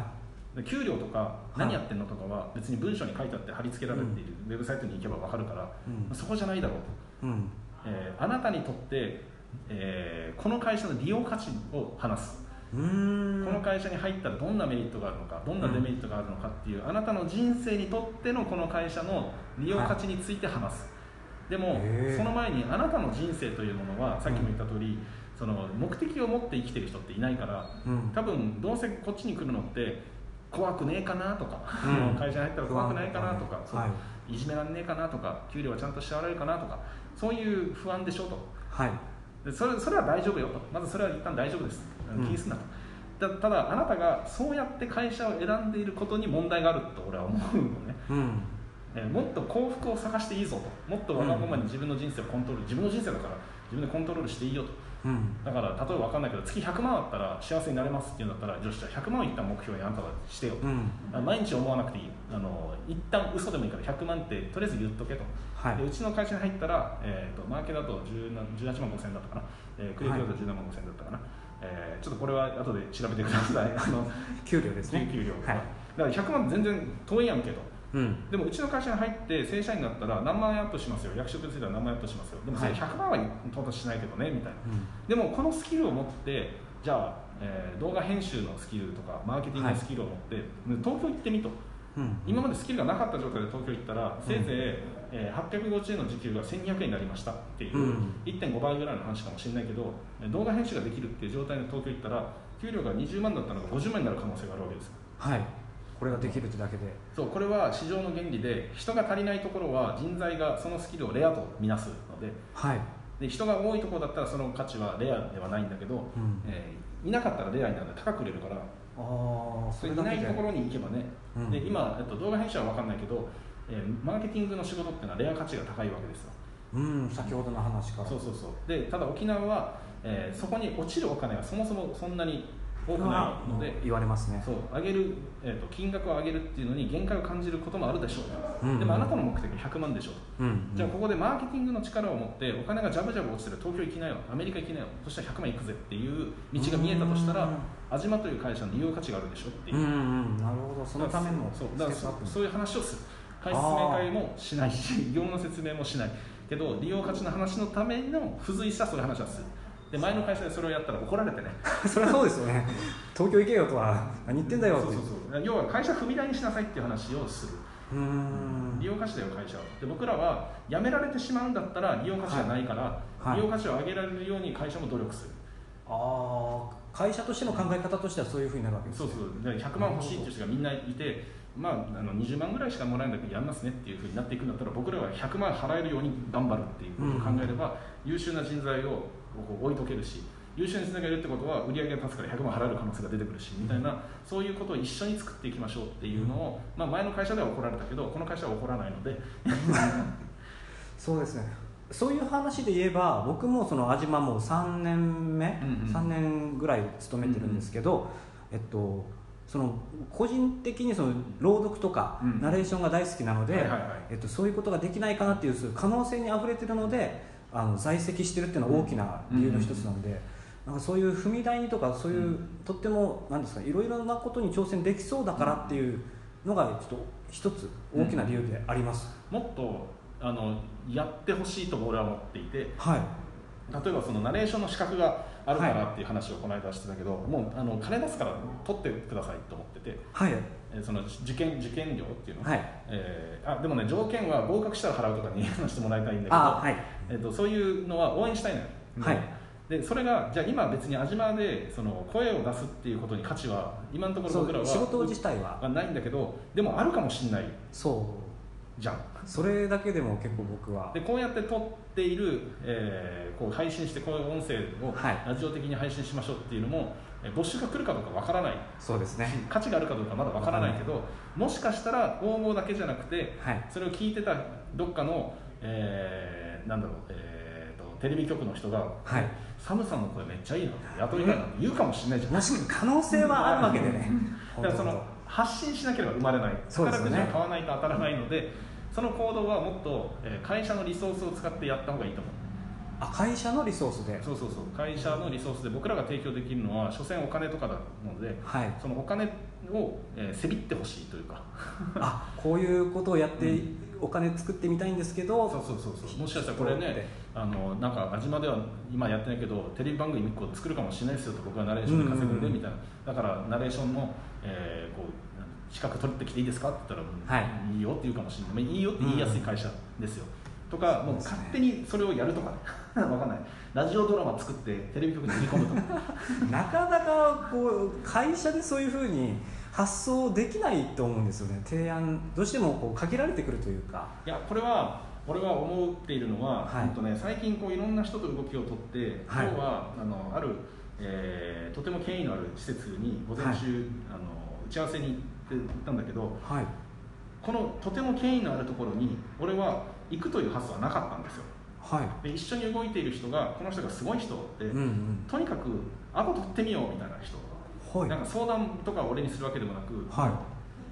給料とか何やってんのとかは別に文章に書いてあって貼り付けられている、うん、ウェブサイトに行けば分かるから、うん、そこじゃないだろうと、うんえー、あなたにとって、えー、この会社の利用価値を話す、うーんこの会社に入ったらどんなメリットがあるのか、どんなデメリットがあるのかっていう、うん、あなたの人生にとってのこの会社の利用価値について話す、はい、でもその前にあなたの人生というものはさっきも言った通り、うん、 その目的を持って生きてる人っていないから、うん、多分どうせこっちに来るのって怖くねえかなとか、うん、会社に入ったら怖くないかなとか、はい、いじめらんねえかなとか、給料はちゃんと支払われるかなとか、そういう不安でしょと、はい、で そ, れそれは大丈夫よと、まずそれは一旦大丈夫です、気にすんなと、うん、た, ただあなたがそうやって会社を選んでいることに問題があると俺は思うのね、うん、えもっと幸福を探していいぞと、もっとわがままに自分の人生をコントロール、自分の人生だから自分でコントロールしていいよと、うん、だから例えば分かんないけど月ひゃくまんあったら幸せになれますっていうんだったら、女子はひゃくまんを一旦目標にあんたがしてよと、うん、毎日思わなくていい、あの一旦嘘でもいいからひゃくまんってとりあえず言っとけと、はい、でうちの会社に入ったら、えー、とマーケだとじゅうはちまんごせんだったかな、えー、クリエイティブだとじゅうななまんごせんだったかな、えー、ちょっとこれは後で調べてくださいあの給料ですね、 給料、はい、だからひゃくまん全然遠いやんけと、うん、でもうちの会社に入って正社員になったら何万円アップしますよ、役職については何万円アップしますよ、でもそれひゃくまんは到達しないけどねみたいな、うん、でもこのスキルを持ってじゃあ、えー、動画編集のスキルとかマーケティングのスキルを持って、はい、東京行ってみと、うん、今までスキルがなかった状態で東京行ったら、せいぜい、えー、はっぴゃくごじゅうえんの時給がせんにひゃくえんになりましたっていう、うん、いってんごばいぐらいの話かもしれないけど、動画編集ができるっていう状態で東京行ったら給料がにじゅうまんだったのがごじゅうまんになる可能性があるわけです。 はい、これができるってだけで、 そう、これは市場の原理で、人が足りないところは人材がそのスキルをレアとみなすので、はい、で人が多いところだったらその価値はレアではないんだけど、うん、えー、いなかったらレアになるので高く売れるから、あそれいないところに行けばね、うん、で今、えっと、動画編集は分かんないけど、えー、マーケティングの仕事っていうのはレア価値が高いわけですよ。 うん、先ほどの話から。 そうそうそう。でただ沖縄は、えー、そこに落ちるお金はそもそもそんなに多くないので、 言われますね。 そう上げる、えーと、金額を上げるっていうのに限界を感じることもあるでしょう、うんうん、でもあなたの目的はひゃくまんでしょう、うんうん、じゃあここでマーケティングの力を持ってお金がジャブジャブ落ちてる、東京行きなよ、アメリカ行きなよ、そしたらひゃくまんいくぜっていう道が見えたとしたら、安島という会社の利用価値があるでしょっていう、うんうん、 なるほど、そのためのそうだからそそういう話をする、会説明会もしないし、業務の説明もしないけど、利用価値の話のための付随したそういう話はする。で前の会社でそれをやったら怒られてねそれはそうですよね、東京行けよとは何言ってんだよって、そうそうそう、要は会社踏み台にしなさいっていう話をする。うーん、利用価値だよ会社は。で僕らは辞められてしまうんだったら利用価値がないから、はいはい、利用価値を上げられるように会社も努力する。 ああ、会社としての考え方としてはそういうふうになるわけですね。 そうそう、でひゃくまん欲しいっていう人がみんないて、まあ、あのにじゅうまんぐらいしかもらえないんだけどやんますねっていうふうになっていくんだったら、僕らはひゃくまん払えるように頑張るっていうことを考えれば、うん、優秀な人材を置いとけるし、優秀な人材がいるってことは売り上げが立つからひゃくまん払える可能性が出てくるしみたいな、そういうことを一緒に作っていきましょうっていうのを、まあ、前の会社では怒られたけどこの会社は怒らないのでそうですね、そういう話で言えば僕もその安島もさんねんめ、うんうん、さんねんぐらい勤めてるんですけど、うんうん、えっとその個人的にその朗読とかナレーションが大好きなので、そういうことができないかなっていう可能性にあふれてるので、あの在籍してるっていうのは大きな理由の一つなので、なんかそういう踏み台にとかそういう、うん、とってもなんですか、いろいろなことに挑戦できそうだからっていうのがちょっと一つ大きな理由であります、 うん、もっとあのやってほしいと俺は思っていて、はい、例えばそのナレーションの資格があるからっていう話をこの間してたけど、はい、もうあの金出すから取ってくださいと思ってて、はい、えー、その受験受験料っていうの、はい、えー、あでもね条件は合格したら払うとかに話してもらいたいんだけど、はい、えー、とそういうのは応援したいのよ、はい、でそれがじゃあ今別に安島でその声を出すっていうことに価値は今のところ僕らは仕事自体はないんだけど、でもあるかもしれない。 そうじゃん、 それだけでも結構僕はでこうやって撮っている、えー、こう配信してこういう音声をラジオ的に配信しましょうっていうのも、はい、募集が来るかどうかわからない。 そうですね、 価値があるかどうかまだわからないけど、もしかしたら応募だけじゃなくて、はい、それを聞いてたどっかの、えー、なんだろう、えー、とテレビ局の人が、はい、サムさんの声めっちゃいいなって雇いたいなって言うかもしれないじゃん。 確かに可能性はあるわけでねだからその発信しなければ生まれない、宝くじは買わないと当たらないので、その行動はもっと会社のリソースを使ってやった方がいいと思う。 あ、会社のリソースで。 そうそうそう、会社のリソースで僕らが提供できるのは所詮お金とかなので、はい、そのお金を、えー、せびってほしいというかあ、こういうことをやって、うん、お金作ってみたいんですけど、 そうそうそうそう、もしかしたらこれね、あのなんか安島では今やってないけどテレビ番組いっこ作るかもしれないですよと、僕はナレーションで稼ぐんでみたいな、だからナレーションの、えー、こう資格取ってきていいですかって言ったら、はい、いいよって言うかもしれない、いいよって言いやすい会社ですよ、 とか、もう勝手にそれをやるとかね分かんない、ラジオドラマ作ってテレビ局に売り込むとかなかなかこう会社でそういうふうに発想できないと思うんですよね。提案どうしてもこう限られてくるというか。 いやこれは俺は思っているのは、はい、とね、最近こういろんな人と動きをとって、はい、今日はあのある、えー、とても権威のある施設に午前中、はい、あの打ち合わせに行ってたんだけど、はい、このとても権威のあるところに俺は行くという発想はなかったんですよ。はい、で一緒に動いている人がこの人がすごい人で、うんうん、とにかくアポ取ってみようみたいな人、はい、なんか相談とかを俺にするわけでもなく、はい、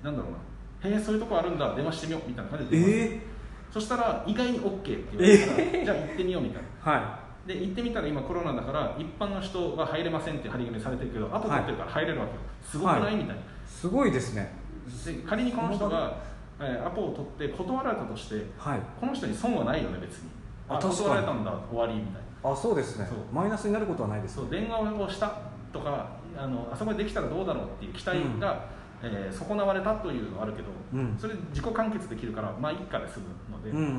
なんだろうな、へえそういうとこあるんだ、電話してみようみたいな感じで電話する、えーそしたら意外に OK って言われたから、えー、じゃあ行ってみようみたいな、はい、で行ってみたら今コロナだから一般の人は入れませんって張り紙されてるけど、後取ってるから入れるわけよ、すごくない、はい、みたいな。 すごいですね。 で仮にこの人が、えー、アポを取って断られたとして、はい、この人に損はないよね別に。あ、断られたんだ終わりみたいな。 あ、そうですね。マイナスになることはないです、ね、 そう電話をしたとか、あのあそこでできたらどうだろうっていう期待が、うんえー、損なわれたというのはあるけど、うん、それ自己完結できるからまあ一家で済むので、うんうんうん、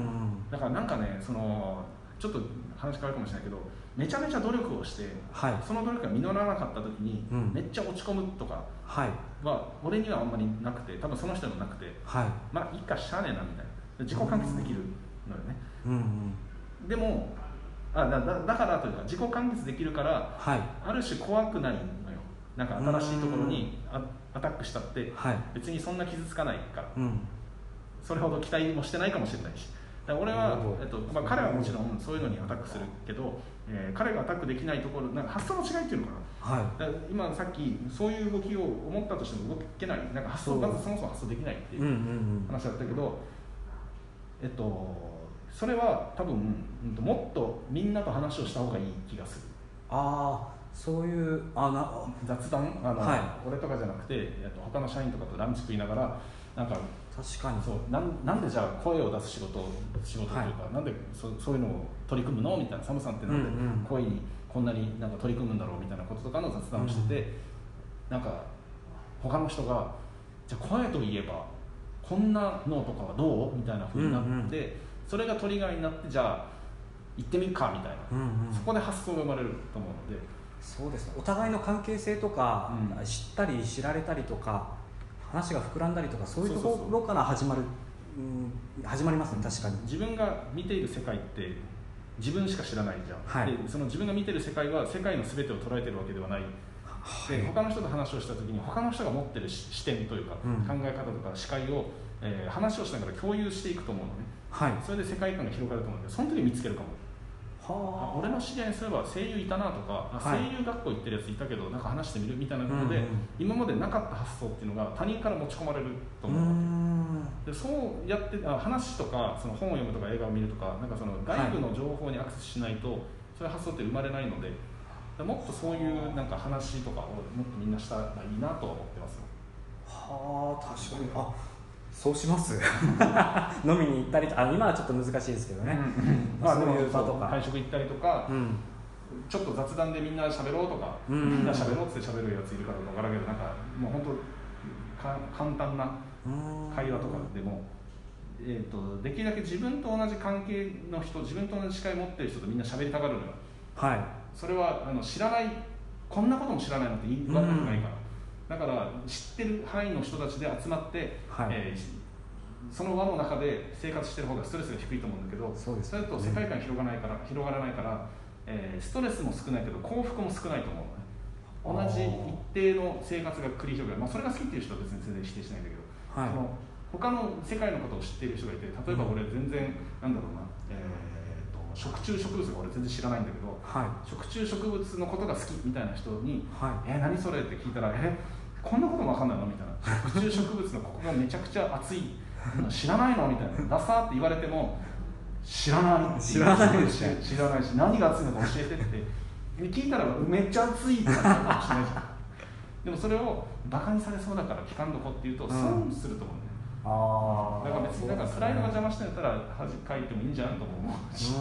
だからなんかね、そのちょっと話変わるかもしれないけど、めちゃめちゃ努力をして、はい、その努力が実らなかった時に、うん、めっちゃ落ち込むとかは俺にはあんまりなくて、多分その人にもなくて、はい、まあ一家しゃあねえなみたいな、自己完結できるのよね、うんうん、でもあ だ, だ, だからというか自己完結できるから、はい、ある種怖くないのよ。なんか新しいところにアタックしたって、はい、別にそんな傷つかないから、うん、それほど期待もしてないかもしれないし、だから俺は、えっとまあ、彼はもちろんそういうのにアタックするけど、えー、彼がアタックできないところ、なんか発想の違いっていうのかな、はい、だ今さっきそういう動きを思ったとしても動けない、なんか発想まずそもそも発想できないっていう話だったけど、えっとそれは多分、うん、もっとみんなと話をした方がいい気がする。 ああ、そういうあな雑談あの、はい、俺とかじゃなくて他の社員とかとランチ食いながら、なんか確かにそう な, なんでじゃあ声を出す仕事仕事というか、はい、なんで そ, そういうのを取り組むのみたいな、サムさんってなんで声にこんなになんか取り組むんだろうみたいなこととかの雑談をしてて、うん、なんか他の人がじゃあ声といえばこんなのとかはどうみたいな風になって、うんうん、それがトリガーになって、じゃあ行ってみるかみたいな、うんうん、そこで発想が生まれると思うので。 そうですね、お互いの関係性とか、うん、知ったり知られたりとか話が膨らんだりとか、そういうところから始まる、うん、始まりますね。確かに自分が見ている世界って自分しか知らないじゃん、はい、でその自分が見ている世界は世界の全てを捉えているわけではない、はい、で他の人と話をした時に他の人が持っている視点というか、うん、考え方とか視界を、えー、話をしながら共有していくと思うのね、はい、それで世界観が広がると思うので、その時見つけるかも。はあ、俺の知り合いにすれば声優いたなとか、はい、声優学校行ってるやついたけどなんか話してみるみたいなことで、うんうん、今までなかった発想っていうのが他人から持ち込まれると思うわけで、そうやってあ話とかその本を読むとか映画を見るとか、なんかその外部の情報にアクセスしないと、はい、そういう発想って生まれないので、もっとそういうなんか話とかをもっとみんなしたらいいなとは思ってます。 はあ、確かに。あ、そうします飲みに行ったりと、あ、今はちょっと難しいですけどね、うん、まあ、そういう場とか会食行ったりとか、うん、ちょっと雑談でみんな喋ろうとか、うん、みんな喋ろうって喋るやついるかどうかわからんけど、なんかもう本当か簡単な会話とかでも、えー、とできるだけ自分と同じ関係の人、自分と同じ視界を持ってる人とみんな喋りたがるのよ、はい、それはあの知らない、こんなことも知らないのって言われたくないから、だから知ってる範囲の人たちで集まって、はい、えー、その輪の中で生活してる方がストレスが低いと思うんだけど、そうです、それだと世界観広がらないから、広がらないから、えー、ストレスも少ないけど幸福も少ないと思うのね。同じ一定の生活が繰り広げる、まあ、それが好きっていう人は別に全然否定しないんだけど、はい、その他の世界のことを知っている人がいて、例えば俺全然、なんだろうな、えー、と食虫植物が俺全然知らないんだけど、はい、食虫植物のことが好きみたいな人に、はい、えー、何それって聞いたら、えこんなことも分かんないのみたいな、食虫植物のここがめちゃくちゃ熱い知らないのみたいな、ダサって言われても知らないって知らないし、知らないし、何が熱いのか教えてって聞いたらめっちゃ熱いってなるかもしれないじゃん。でもそれをバカにされそうだから聞かんどこっていうと損すると思うね、うん、ああ、だから別になんかプライドが邪魔してんやったら恥かいてもいいんじゃんと思うし、うん、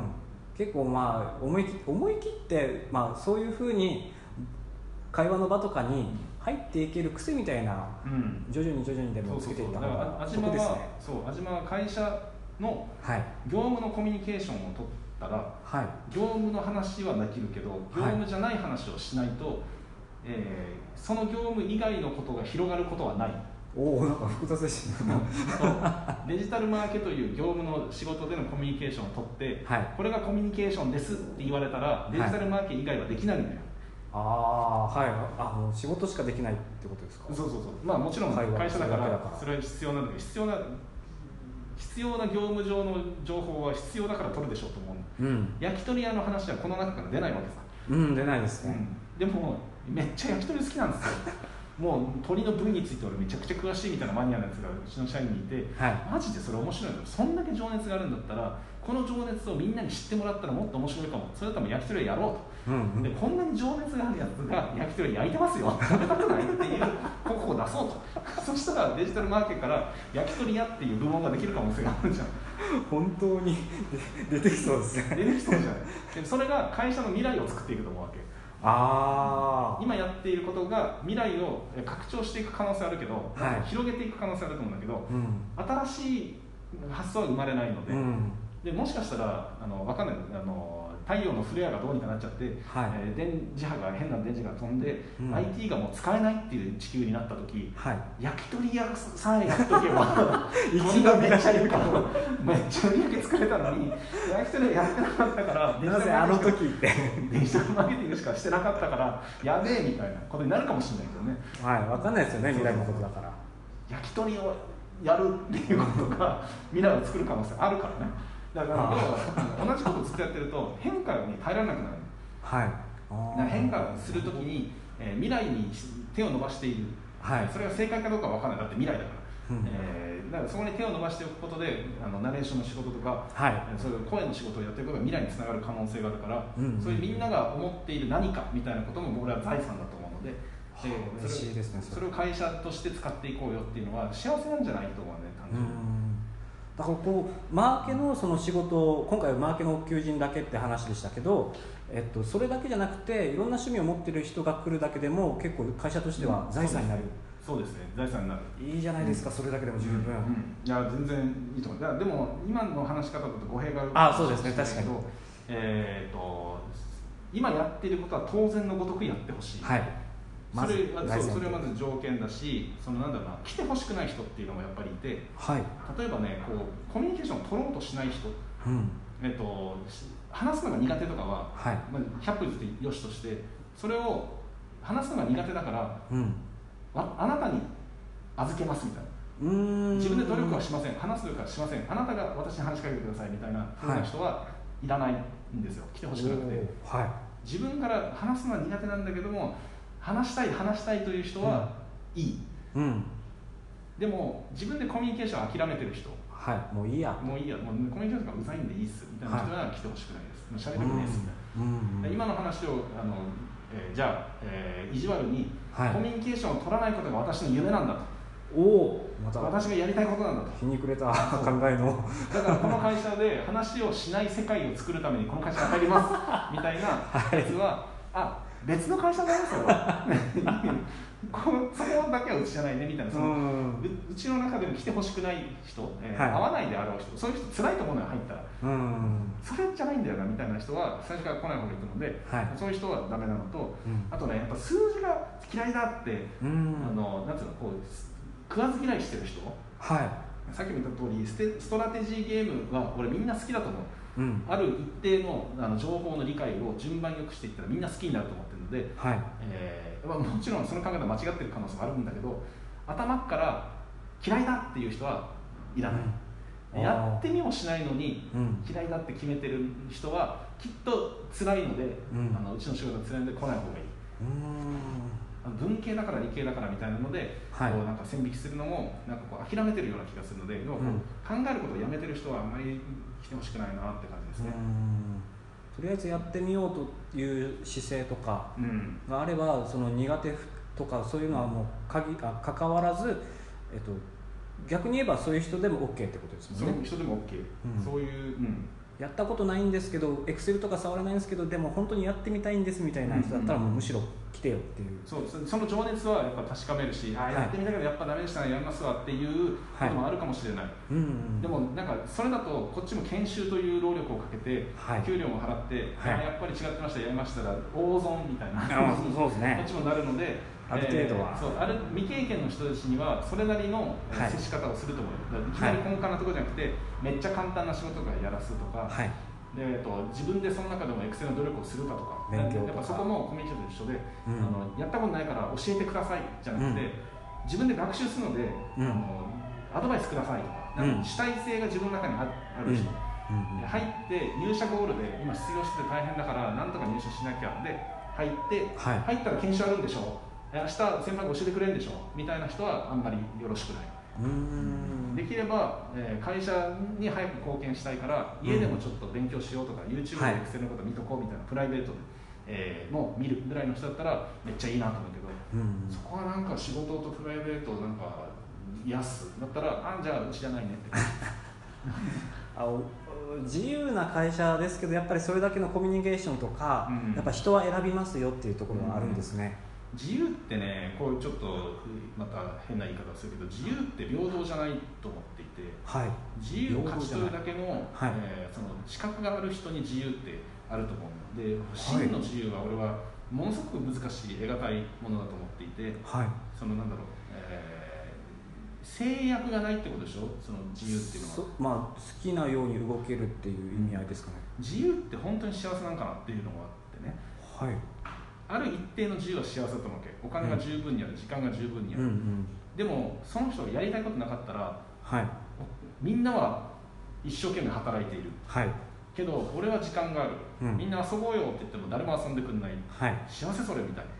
結構まあ思い切思い切って、まあ、そういうふうに会話の場とかに入っていける癖みたいな、うん、徐々に徐々にでもつけていった方が得ですね。 そう、安島は会社の業務のコミュニケーションを取ったら、はい、業務の話はできるけど業務じゃない話をしないと、はい、えー、その業務以外のことが広がることはない。 おお、なんか複雑ですねデジタルマーケという業務の仕事でのコミュニケーションを取って、はい、これがコミュニケーションですって言われたらデジタルマーケ以外はできないんだよ。 ああ、はい、あ、もう仕事しかできないってことですか。 そうそうそう、まあもちろん会社だからそれは必要なんだけど、必要な必要な業務上の情報は必要だから取るでしょうと思う、うん、焼き鳥屋の話はこの中から出ないわけさ。 うん、出ないですね、 うん、でもめっちゃ焼き鳥好きなんですよもう鳥の部位について俺めちゃくちゃ詳しいみたいなマニアのやつがうちの社員にいて、はい、マジでそれ面白いの。そんだけ情熱があるんだったらこの情熱をみんなに知ってもらったらもっと面白いかも。それだったら焼き鳥屋やろうと、うんうん、でこんなに情熱があるやつが焼き鳥焼いてますよ食べたくないっていう候補を出そうとそしたらデジタルマーケから焼き鳥屋っていう部門ができる可能性があるじゃん。 本当に出てきそうですね。 出てきそうじゃないでそれが会社の未来を作っていくと思うわけ。 あ今やっていることが未来を拡張していく可能性あるけど、はい、広げていく可能性あると思うんだけど、うん、新しい発想は生まれないので、うん、でもしかしたらあの分かんないあの太陽のフレアがどうにかなっちゃって、はい、えー、電磁波が変な電磁波が飛んで、うん、アイティー がもう使えないっていう地球になった時、はい、焼き鳥屋さえやっとけば鳥がめっちゃいるからめっちゃ売り上げ作れたのに焼き鳥屋やってなかったからなぜあの時ってデジタルマーケティングしかしてなかったからやべえみたいなことになるかもしれないけどね。 はい、分かんないですよね、未来のことだから。 焼き鳥をやるっていうことが未来を作る可能性あるからね。だから同じことをずっとやってると変化に耐えられなくなる、はい、だから変化するときに、えー、未来に手を伸ばしている、はい、それが正解かどうかは分からない。だって未来だから、うん、えー、だからそこに手を伸ばしておくことであのナレーションの仕事とか、はい、そういう声の仕事をやっていくことが未来につながる可能性があるから、うんうん、そういうみんなが思っている何かみたいなことも僕らは財産だと思うので、 えー、嬉しいですね。 それを会社として使っていこうよっていうのは幸せなんじゃないと思うね、単純に。 だからこうマーケのその仕事を今回はマーケの求人だけって話でしたけど、えっと、それだけじゃなくていろんな趣味を持ってる人が来るだけでも結構会社としては財産になる、 うん、そうですね、財産になる。 いいじゃないですか、うん、それだけでも十分、うんうん、 いや全然いいと思う。だからでも今の話し方だと語弊があるあそうですね、確かに、 えー、と今やっていることは当然のごとくやってほしい、はい、それまずそうそれはまず条件だし、そのなんだろうな、来てほしくない人っていうのもやっぱりいて、はい、例えばねこうコミュニケーションを取ろうとしない人、うん、えっと、話すのが苦手とかは、はい、まあ、ひゃっぷ譲ってよしとして、それを話すのが苦手だから、うん、あ, あなたに預けますみたいな、うーん、自分で努力はしません、話す努力はしません、あなたが私に話しかけてくださいみたいなふうな人はいらないんですよ、来てほしくなくて、はい、自分から話すのは苦手なんだけども話したい話したいという人はいい、うん、でも自分でコミュニケーションを諦めてる人、 はい、もういいやもういいや、もうコミュニケーションがうざいんでいいっすみたいな人は来てほしくないです、もうしゃべりたくないですみたいな、うんうん、今の話をあの、えー、じゃあ、えー、意地悪に、はい、コミュニケーションを取らないことが私の夢なんだと、おお、また私がやりたいことなんだと、 皮にくれた考えのだからこの会社で話をしない世界を作るためにこの会社に入りますみたいなやつは、はい、あ、別の会社だよそれはこそこだけはうちじゃないねみたいな、その う, うちの中でも来てほしくない人、えーはい、会わないであろう人、そういう人辛いと思うのよ入ったら、うんそれじゃないんだよなみたいな人は最初から来ない方がいいと思うので、はい、そういう人はダメなのと、うん、あとねやっぱ数字が嫌いだって、うん、あのなんていうのこう食わず嫌いしてる人、はい、さっきも言った通りステストラテジーゲームは俺みんな好きだと思う、うん、ある一定 の, あの情報の理解を順番よくしていったらみんな好きになると思ってるので、はい、えーまあ、もちろんその考えが間違ってる可能性もあるんだけど、頭から嫌いだっていう人はいらない、うん、やってみもしないのに、うん、嫌いだって決めてる人はきっと辛いので、うん、あのうちの仕事が辛いので来ない方がいい、うん、文系だから理系だからみたいなので、はい、こうなんか線引きするのもなんかこう諦めてるような気がするので、要はこう、うん、考えることをやめてる人はあんまり来てほしくないなって感じですね。うんとりあえずやってみようという姿勢とかがあれば、うん、その苦手とかそういうのはもうかぎあ関わらず、えっと、逆に言えばそういう人でも OK ってことですもんね。 そういう人でも OK、うん、そういう、うん、 やったことないんですけどエクセルとか触らないんですけどでも本当にやってみたいんですみたいな人だったらもうむしろ来てよっていう、 そうその情熱はやっぱ確かめるし、あやってみたけどやっぱダメでしたね、やりますわっていうこともあるかもしれない、はいうんうん、でもなんかそれだとこっちも研修という労力をかけて、はい、給料も払って、はい、やっぱり違ってましたやりましたら大損みたいなそうですね、 こっちもなるのである程度は、 えー、そうある未経験の人たちにはそれなりの接し方をすると思う、はい、いきなり根幹なところじゃなくて、めっちゃ簡単な仕事とかやらすとか、はいでえっと、自分でその中でもエクセルの努力をするかとか、勉強とかやっぱそこもコミュニティと一緒で、うん、あのやったことないから教えてくださいじゃなくて、うん、自分で学習するので、うん、あのアドバイスくださいとか、なんか主体性が自分の中にある人、うんうん、入って入社ゴールで今失業してて大変だからなんとか入社しなきゃで入って、はい、入ったら研修あるんでしょ、明日先輩が教えてくれるんでしょみたいな人はあんまりよろしくない。うーんできれば、えー、会社に早く貢献したいから家でもちょっと勉強しようとか、うん、YouTube で Excel のこと見とこうみたいな、プライベートで、えー、もう見るぐらいの人だったらめっちゃいいなと思うけど、うん、そこはなんか仕事とプライベートをなんか癒すだったらあじゃあうちじゃないねってあ自由な会社ですけどやっぱりそれだけのコミュニケーションとか、うん、やっぱ人は選びますよっていうところはあるんですね、 うん、自由ってねこうちょっとまた変な言い方をするけど自由って平等じゃないと思っていて、はい、自由を勝ち取るだけの、はいえー、その資格がある人に自由ってあると思うので、真の自由は俺はものすごく難しい得難いものだと思っていて、はい、そのなんだろう、えー制約がないってことでしょ、その自由っていうのは。 まあ、好きなように動けるっていう意味合いですかね。 自由って本当に幸せなんかなっていうのがあってね、はい、ある一定の自由は幸せだと思うわけ。お金が十分にある、うん、時間が十分にある、うんうん、でもその人がやりたいことなかったら、はい、みんなは一生懸命働いている、はい、けど俺は時間がある、うん、みんな遊ぼうよって言っても誰も遊んでくんない、はい、幸せそれみたいな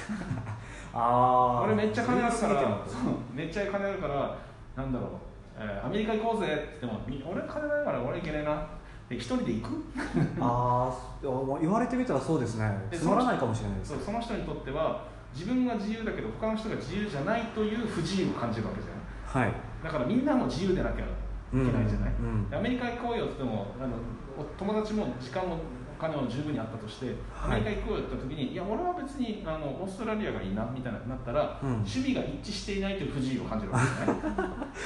あ俺めっちゃ金あるからめっちゃ金あるからなんだろう、えー、アメリカ行こうぜって言っても俺金ないから俺行けねえなって一人で行くああ言われてみたらそうですね。つまらないかもしれないです。 そうその人にとっては自分が自由だけど他の人が自由じゃないという不自由を感じるわけじゃない、はい、だからみんなも自由でなきゃいけないじゃない、うんうん、アメリカ行こうよって言ってもあの友達も時間もお金も十分にあったとして、アメリカ行こうよって言った時に、はい、いや俺は別にあのオーストラリアがいいなみたいになったら、うん、趣味が一致していないという不自由を感じるわけですね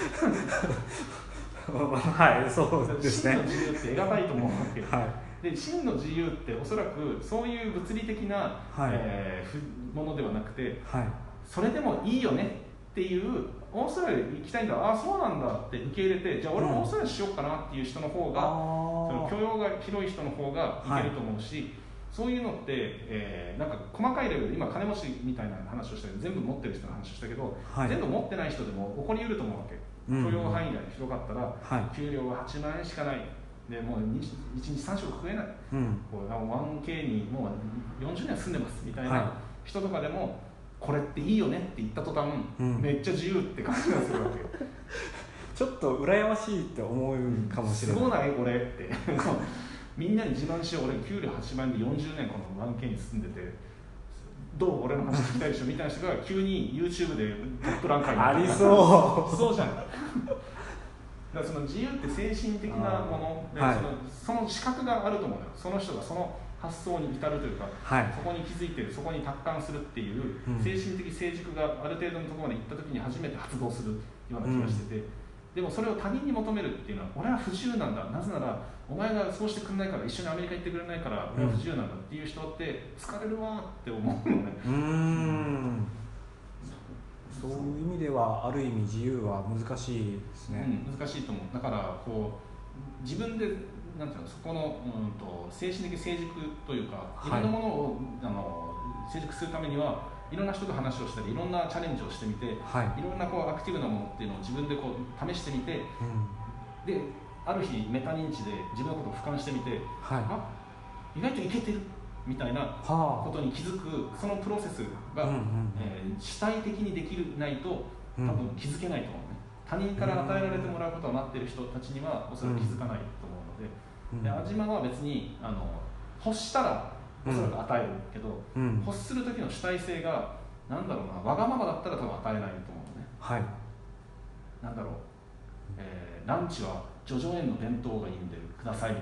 はいそうですね。 真の自由って得難いと思うわけ、はい、で真の自由っておそらくそういう物理的な、はいえー、ものではなくて、はい、それでもいいよねっていうオーストラリア行きたいんだ、ああそうなんだって受け入れて、じゃあ俺もオーストラリアしようかなっていう人の方が、うん、その許容が広い人の方がいけると思うし、はい、そういうのって、えー、なんか細かいレベルで今金持ちみたいな話をしたけど全部持ってる人の話をしたけど、はい、全部持ってない人でも起こりうると思うわけ、うん、許容範囲が広かったら、はい、給料がはちまんえんしかないでもういちにちさん食食えない、うん、こう ワンケー にもうよんじゅうねん住んでますみたいな人とかでも、これっていいよねって言った途端、うん、めっちゃ自由って感じがするわけよちょっと羨ましいって思うかもしれない。 すごないこれってみんなに自慢しよう、俺給料はちまんえんでよんじゅうねんこの ワンケー に住んでてどう俺の話聞きたいでしょみたいな人が急に YouTube でトップランカーになったありそうそうじゃんだからその自由って精神的なもので、はい、その、その資格があると思うのよ。その人がその発想に至るというか、はい、そこに気づいてる、そこに達観するっていう、うん、精神的成熟がある程度のところまで行った時に初めて発動するような気がしてて、うん、でもそれを他人に求めるっていうのは俺は不自由なんだ、なぜならお前がそうしてくれないから一緒にアメリカ行ってくれないから俺は不自由なんだっていう人って疲れるわって思うのね。うーんそういう意味ではある意味自由は難しいですね、 うん、難しいと思う。だからこう自分でなんていうの、そこの、うん、と精神的成熟というか、いろんなものを、はい、あの成熟するためにはいろんな人と話をしたりいろんなチャレンジをしてみて、はい、いろんなこうアクティブなものっていうのを自分でこう試してみて、うん、である日メタ認知で自分のことを俯瞰してみて、はい、あ意外といけてるみたいなことに気づく、そのプロセスが、うんうん、えー、主体的にできないと多分気づけないと思うね、うん、他人から与えられてもらうことを待っている人たちにはおそらく気づかないと思うので、うん、で安島は別にあの欲したらおそらく与えるけど、うん、欲する時の主体性がなんだろうな、わがままだったら多分与えないと思うのね、はい、なんだろう、えー、ランチは叙々苑の弁当がいいんでくださいみたいな、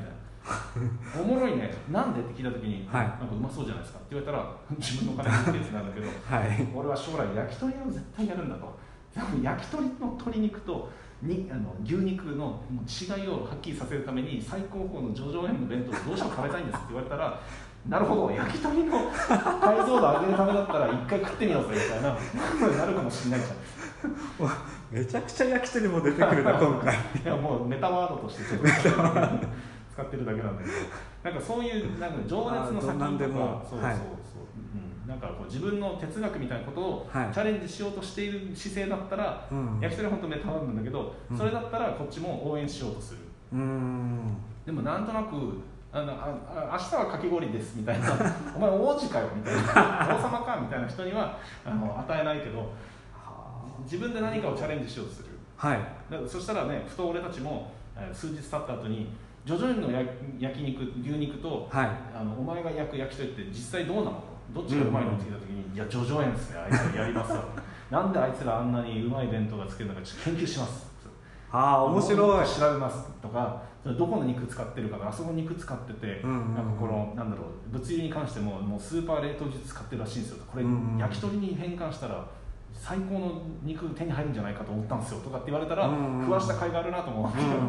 おもろいね、なんでって聞いたときに、はい、なんかうまそうじゃないですかって言われたら自分のお金持ってるやつなんだけど、はい、俺は将来焼き鳥を絶対やるんだと。焼き鳥の鶏肉とにあの牛肉の違いをはっきりさせるために最高峰の叙々苑の弁当をどうしても食べたいんですって言われたらなるほど、焼き鳥の解像度上げるためだったら一回食ってみようぜみたいなことになるかもしれないじゃん。 めちゃくちゃ焼き鳥も出てくるな今回。いやもうメタワードとしてちょっと使ってるだけなんだけど、なんかそういうなんか情熱の先とか、そうそうそう、はい、うん、なんかこう自分の哲学みたいなことをチャレンジしようとしている姿勢だったら、はい、焼き鳥は本当メタワードなんだけど、うん、それだったらこっちも応援しようとする。うん、でもなんとなくあのああ明日はかき氷ですみたいなお前王子かよみたいな王様かみたいな人にはあの与えないけど、自分で何かをチャレンジしようとする、はい、だからそしたらね、ふと俺たちも数日経った後に叙々苑の焼肉牛肉と、はい、あのお前が焼く焼き鳥って実際どうなのと、どっちがうまいのって聞いた時に、うんうん、いや叙々苑ですね、あいつらやりますよなんであいつらあんなにうまい弁当が作れるのかちょっと研究します、 ああ面白い、 調べますとか、どこの肉使ってるか、あそこの肉使ってて、うんうんうん、なんかこのなんだろう、物流に関してももうスーパー冷凍技術使ってるらしいんですよ、これ、うんうん、焼き鳥に変換したら最高の肉手に入るんじゃないかと思ったんですよとかって言われたら、うんうん、食わした甲斐があるなと思うわけど、うんうんうん、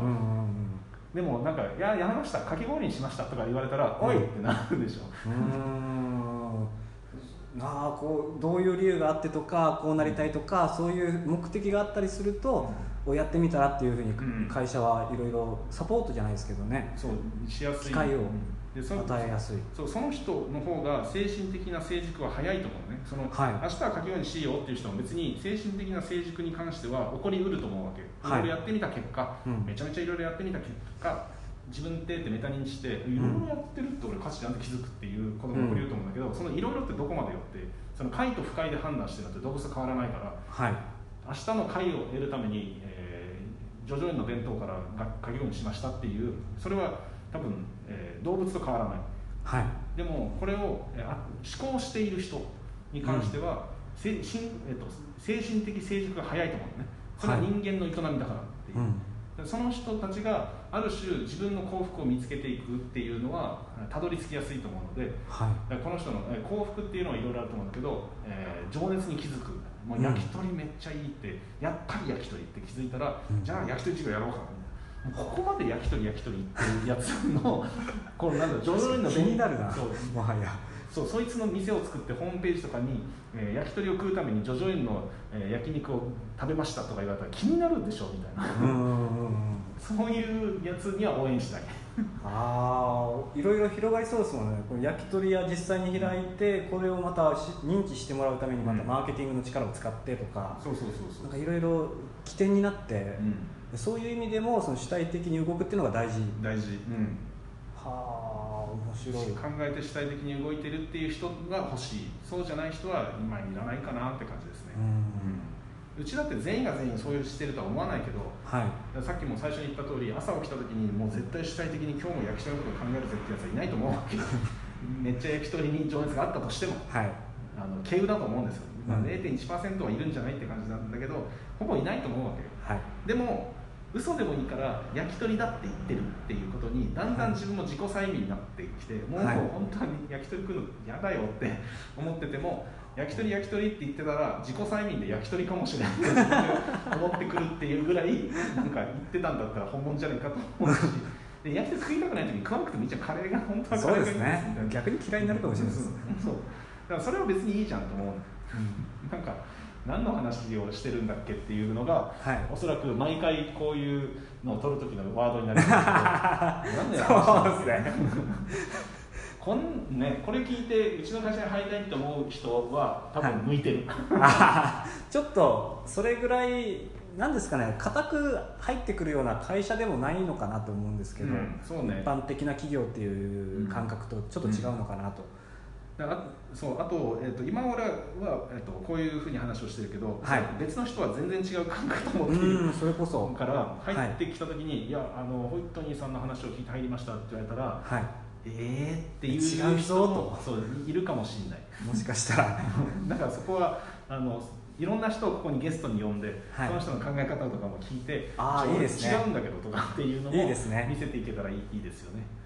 でもなんかいややめました、かき氷にしましたとか言われたら、うん、おいってなるでしょ。うーんあこうどういう理由があってとか、こうなりたいとか、そういう目的があったりすると、うん、やってみたらっていうふうに会社はいろいろサポートじゃないですけどね、 そうしやすい機会を与えやすい、 そうその人の方が精神的な成熟は早いと思うね。その、はい、明日はかき氷にしようっていう人も別に精神的な成熟に関しては起こりうると思うわけ、はい、いろいろやってみた結果、うん、めちゃめちゃいろいろやってみた結果、自分ってってメタ認知していろいろやってるって俺価値ちゃんと気づくっていうことが起こりうると思うんだけど、うん、そのいろいろってどこまでよってその快と不快で判断してるのってどこそ変わらないから、はい、明日の快を得るために、えー、叙々苑の弁当からかき氷にしましたっていう、それは多分、えー、動物と変わらない、はい、でもこれを、えー、思考している人に関しては、うんせしんえー、と精神的成熟が早いと思うね。それは人間の営みだからっていう、はいうん、その人たちがある種自分の幸福を見つけていくっていうのはたどり着きやすいと思うので、はい、この人の幸福っていうのはいろいろあると思うんだけど、えー、情熱に気づく、もう焼き鳥めっちゃいいって、うん、やっぱり焼き鳥って気づいたら、うん、じゃあ焼き鳥授業やろうかみたいな、ここまで焼き鳥焼き鳥っていうやつのこのなんだろう、叙々苑の気になるな、そうもはやそうそいつの店を作ってホームページとかに、えー、焼き鳥を食うために叙々苑の、えー、焼肉を食べましたとか言われたら気になるでしょみたいなそういうやつには応援したいああいろいろ広がりそうですもんね。この焼き鳥屋実際に開いてこれをまた認知してもらうためにまたマーケティングの力を使ってとか、そうそうそうそう、なんかいろいろ起点になって、うん、そういう意味でもその主体的に動くっていうのが大事大事、うん、 はあ面白い。 考えて主体的に動いてるっていう人が欲しい、そうじゃない人は今いらないかなって感じですね。うん、うちだって全員が全員そういうしてるとは思わないけど、はい、さっきも最初に言った通り朝起きた時にもう絶対主体的に今日も焼き鳥のことを考えるぜってやつはいないと思うわけめっちゃ焼き鳥に情熱があったとしても、はい、あの軽有だと思うんですよ、まあ、ゼロてんいちパーセント はいるんじゃないって感じなんだけどほぼいないと思うわけ、はい、でも嘘でもいいから焼き鳥だって言ってるっていうことにだんだん自分も自己催眠になってきて、もう本当に焼き鳥食うのやだよって思ってても焼き鳥焼き鳥って言ってたら自己催眠で焼き鳥かもしれないって思ってくるっていうぐらいなんか言ってたんだったら本物じゃないかと思うしで焼き鳥食いたくない時に食わなくてもいいじゃん、カレーが本当はカレーがいいですみたいな。そうですね、逆に嫌いになるかもしれないです。そうだからそれは別にいいじゃんと思う、うん、なんか何の話をしてるんだっけっていうのが、はい、おそらく毎回こういうのを取る時のワードになるんですけどなんで話してるんだっけこんね、これ聞いてうちの会社に入りたいと思う人は多分向いてる、 はい、ちょっとそれぐらいなんですかね、固く入ってくるような会社でもないのかなと思うんですけど、うん、そうね、一般的な企業っていう感覚とちょっと違うのかなと、 うんうん、だからそうあと、えー、と今俺は、えー、とこういうふうに話をしてるけど、はい、別の人は全然違う感覚を持っている、うん、それこそから入ってきた時に、はい、いやあのホイットニーさんの話を聞いて入りましたって言われたら、はい、えーっていう人もそういるかもしれない、 もしかしたらだからそこはあのいろんな人をここにゲストに呼んで、はい、その人の考え方とかも聞いて、 あいいですね、 違うんだけどとかっていうのも見せていけたらいい、いいですよね。